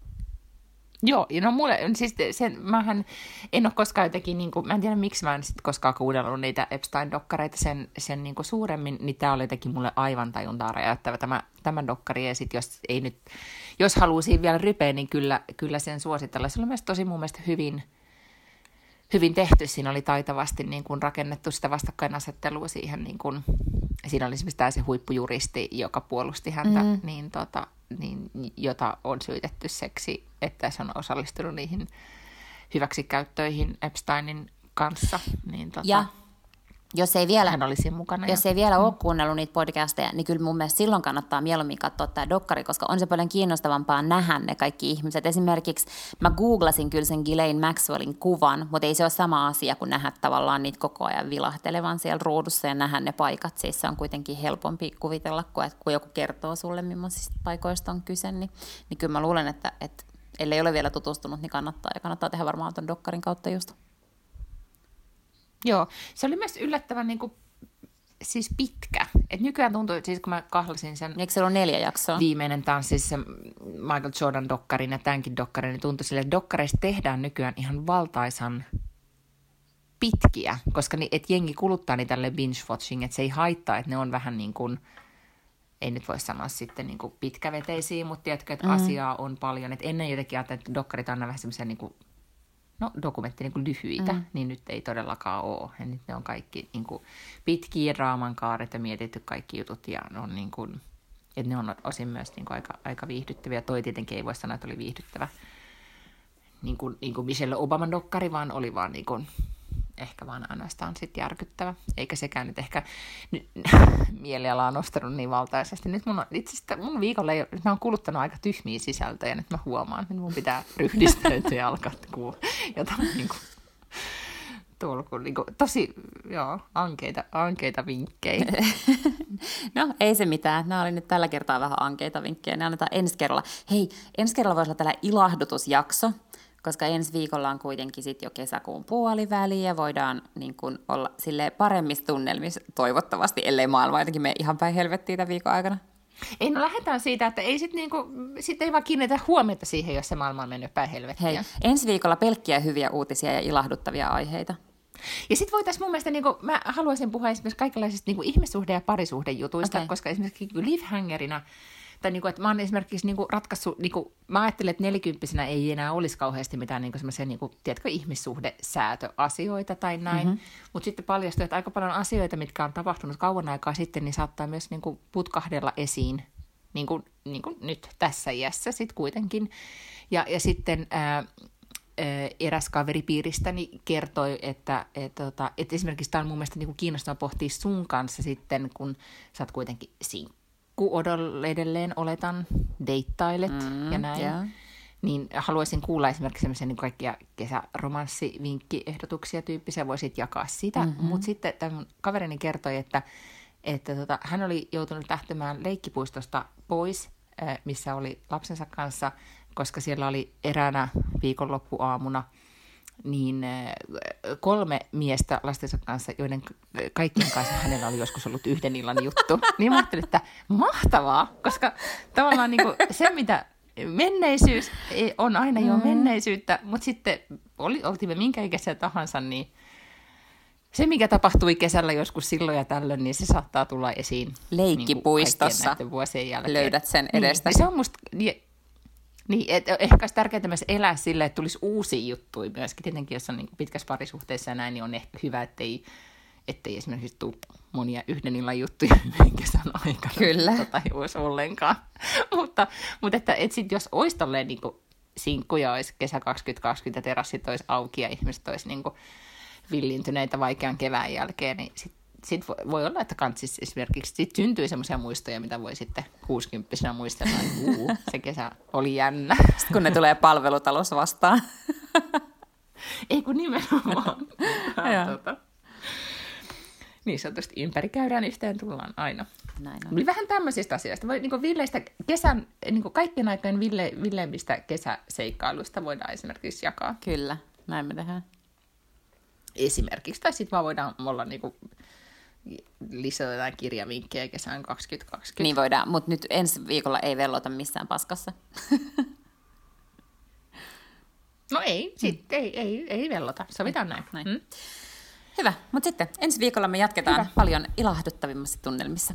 Joo, no mulle, siis sen, mähän en ole koskaan jotenkin, niin kuin, mä en tiedä miksi mä en sit koskaan kuunnellut niitä Epstein-dokkareita sen, sen niin kuin suuremmin, niin tää oli jotenkin mulle aivan tajuntaa räjäyttävä tämä, tämä dokkari, ja sit jos ei nyt, jos haluaa siinä vielä rypeä, niin kyllä, kyllä sen suositella. Se oli myös tosi mun mielestä hyvin, hyvin tehty, siinä oli taitavasti niin kuin rakennettu sitä vastakkainasettelua siihen, niin kuin, siinä oli esimerkiksi tämä se huippujuristi, joka puolusti häntä, mm. niin tota, niin, jota on syytetty seksi, että se on osallistunut niihin hyväksikäyttöihin Epsteinin kanssa. Niin tota, ja jos ei vielä, hän oli siinä mukana. Jos ja, ei vielä mm. ole kuunnellut niitä podcasteja, niin kyllä mun mielestä silloin kannattaa mieluummin katsoa tämä dokkari, koska on se paljon kiinnostavampaa nähdä ne kaikki ihmiset. Esimerkiksi mä googlasin kyllä sen Ghislaine Maxwellin kuvan, mutta ei se ole sama asia kuin nähdä tavallaan niitä koko ajan vilahtelevan siellä ruudussa ja nähdä ne paikat. Siis se on kuitenkin helpompi kuvitella, kun joku kertoo sulle, millaisista paikoista on kyse. Niin, niin kyllä mä luulen, että, että ellei ole vielä tutustunut, niin kannattaa. Ja kannattaa tehdä varmaan tuon dokkarin kautta just. Joo, se oli myös yllättävän niin kuin, siis pitkä. Et nykyään tuntuu, siis kun mä kahlasin sen Eikö se ole neljä jaksoa? Viimeinen tanssi, siis se Michael Jordan dokkarin ja tämänkin dokkarin, niin tuntui sille, että dokkareista tehdään nykyään ihan valtaisan pitkiä, koska ni, et jengi kuluttaa niitä tälle binge-watching, että se ei haittaa, että ne on vähän niin kuin, ei nyt voi sanoa sitten niin kuin pitkäveteisiä, mutta tiedätkö, että mm. asiaa on paljon. Et ennen jotenkin ajattelin, että dokkarit on aina vähän semmoisia niin kuin no dokumentti niin kuin lyhyitä, mm. niin nyt ei todellakaan ole. Ja nyt ne on kaikki niin kuin pitkiä draamankaaret ja mietitty kaikki jutut ja on niin kuin, että ne on osin myös niin kuin aika, aika viihdyttäviä. Toi tietenkin ei voi sanoa, että oli viihdyttävä niin kuin, niin kuin Michelle Obaman dokkari, vaan oli vaan niin kuin, ehkä vaan ainoastaan sit järkyttävä. Eikä sekään nyt ehkä nyt, mielialaa nostanut niin valtaisesti. Nyt mun on, itse asiassa mun viikolla ei, mä oon kuluttanut aika tyhmiä sisältöjä, nyt mä huomaan, että mun pitää ryhdistäytyä ja alkaa kuulla jotain niin kuin, tuolla, niin kuin, tosi joo, ankeita, ankeita vinkkejä. No ei se mitään, nämä oli nyt tällä kertaa vähän ankeita vinkkejä, ne annetaan ensi kerralla. Hei, ensi kerralla voisi olla tällä ilahdutusjakso, koska ensi viikolla on kuitenkin sit jo kesäkuun puoliväli ja voidaan niin kun olla silleen paremmissa tunnelmissa toivottavasti, ellei maailma jotenkin mene ihan päin helvettiin tämän viikon aikana. Ei, no lähdetään siitä, että ei sit niinku, sit ei vaan kiinnitä huomiota siihen, jos se maailma on mennyt päin helvettiin. Hei, ensi viikolla pelkkiä hyviä uutisia ja ilahduttavia aiheita. Ja sitten voitaisiin mun mielestä, niin kuin, mä haluaisin puhua esimerkiksi kaikenlaisista niin kuin ihmissuhde- ja parisuhdejutuista, okay. koska esimerkiksi cliffhangerina, tai niin kuin, että mä oon esimerkiksi niin kuin ratkaissut, niin kuin, mä ajattelen, että nelikymppisenä ei enää olisi kauheasti mitään niin kuin semmoisia, niin kuin, tiedätkö, ihmissuhdesäätöasioita tai näin, mm-hmm. mutta sitten paljastui, että aika paljon asioita, mitkä on tapahtunut kauan aikaa sitten, niin saattaa myös niin kuin, putkahdella esiin, niin kuin, niin kuin nyt tässä iässä sitten kuitenkin. Ja, ja sitten ää, ää, eräs kaveripiiristäni kertoi, että, et, tota, että esimerkiksi tämä on mun mielestä niin kuin kiinnostavaa pohtia sun kanssa sitten, kun sä oot kuitenkin sinkku odolle edelleen oletan, deittailet mm, ja näin. Yeah. Niin haluaisin kuulla esimerkiksi semmoisia niin kaikkia kesäromanssivinkkiehdotuksia tyyppisiä, voisit jakaa sitä. Mm-hmm. Mutta sitten tämän kaverini kertoi, että, että tota, hän oli joutunut lähtemään leikkipuistosta pois, missä oli lapsensa kanssa, koska siellä oli eräänä viikonloppuaamuna niin kolme miestä lastensa kanssa, joiden kaikkien kanssa hänellä oli joskus ollut yhden illan juttu. Niin mä ajattelin, että mahtavaa, koska tavallaan niin kuin se, mitä menneisyys on aina jo menneisyyttä, mutta sitten oli, oltiin me minkä ikäisiä tahansa, niin se, mikä tapahtui kesällä joskus silloin ja tällöin, niin se saattaa tulla esiin leikkipuistossa. Niin vuosien jälkeen. Löydät sen edestä. Niin, se on musta... Niin, että ehkä olisi tärkeää myös elää silleen, että tulisi uusia juttuja myöskin. Tietenkin, jos on niin pitkässä parisuhteessa ja näin, niin on ehkä hyvä, ettei, ettei esimerkiksi tule monia yhden illan juttuja kesän aikana. Kyllä. Tai ei olisi ollenkaan. mutta mutta että, että sit, jos olisi tolleen niin sinkkuja, olisi kesä kaksituhattakaksikymmentä, terassit olisi auki ja ihmiset olisi niin villiintyneitä vaikean kevään jälkeen, niin sitten Sitten voi olla, että kantsis esimerkiksi sit syntyy semmoisia muistoja, mitä voi sitten kuusikymppisenä muistella, että uu, se kesä oli jännä. Sitten kun ne tulee palvelutalossa vastaan. Ei kun nimenomaan. tota. Niin sanotusti ympäri käydään yhteen, tullaan aina. Näin on. Oli vähän tämmöisistä asioista. Voi, niin villeistä kesän, niin kaikkien aikojen ville, villeimmistä kesäseikkailuista voidaan esimerkiksi jakaa. Kyllä, näin me tehdään. Esimerkiksi, tai sitten vaan voidaan olla niinku lisätä jotain kirjavinkkejä kesään kaksituhattakaksikymmentä. Niin voidaan, mutta nyt ensi viikolla ei vellota missään paskassa. No ei, sit, mm. ei, ei, ei vellota. Sovitaan näin. näin. Mm. Hyvä, mutta sitten ensi viikolla me jatketaan Hyvä. paljon ilahduttavimmassa tunnelmissa.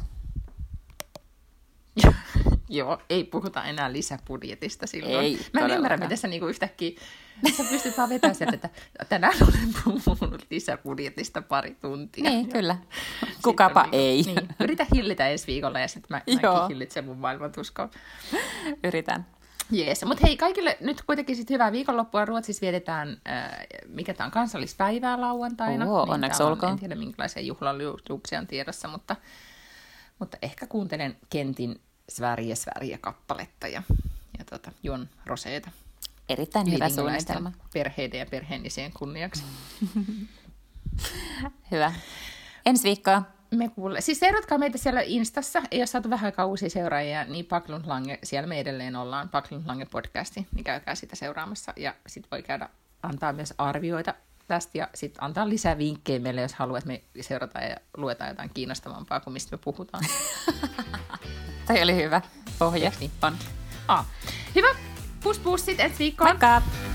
Joo, ei puhuta enää lisäbudjetista silloin. Ei, Mä en todellakaan. ymmärrä, miten sä niinku yhtäkkiä sä pystyt vaan vetämään sieltä, että tänään olen puhunut lisäbudjetista pari tuntia. Niin, ja kyllä. Kukapa niinku, ei. Niin, yritä hillitä ensi viikolla ja sitten mä, mäkin hillitsen mun maailmantuskoa. Yritän. Jees, mutta hei, kaikille nyt kuitenkin sit hyvää viikonloppua. Ruotsissa vietetään, äh, mikä tämä on, kansallispäivää lauantaina. Oho, niin onneksi on, olkoon. En tiedä, minkälaisia juhlallisuuksia on tiedossa, mutta, mutta ehkä kuuntelen Kentin Sverige Sverige-kappaletta ja, ja tota, juon roseeta. Erittäin hyvä suunnitelma. Perheiden ja perheenisien kunniaksi. Hyvä. Ensi viikkoa. Me kuule. Siis seuratkaa meitä siellä Instassa. Ei ole saatu vähän aikaa uusia seuraajia, niin Backlund Lange, siellä me edelleen ollaan. Backlund Lange podcasti, niin käykää sitä seuraamassa. Ja sitten voi käydä antaa myös arvioita tästä ja sitten antaa lisää vinkkejä meille, jos haluaa, että me seurataan ja luetaan jotain kiinnostavampaa kuin mistä me puhutaan. Toi oli hyvä pohja. Niin. On. Ah. Hyvä. Pus pus sit ensi viikkoon. Moikka!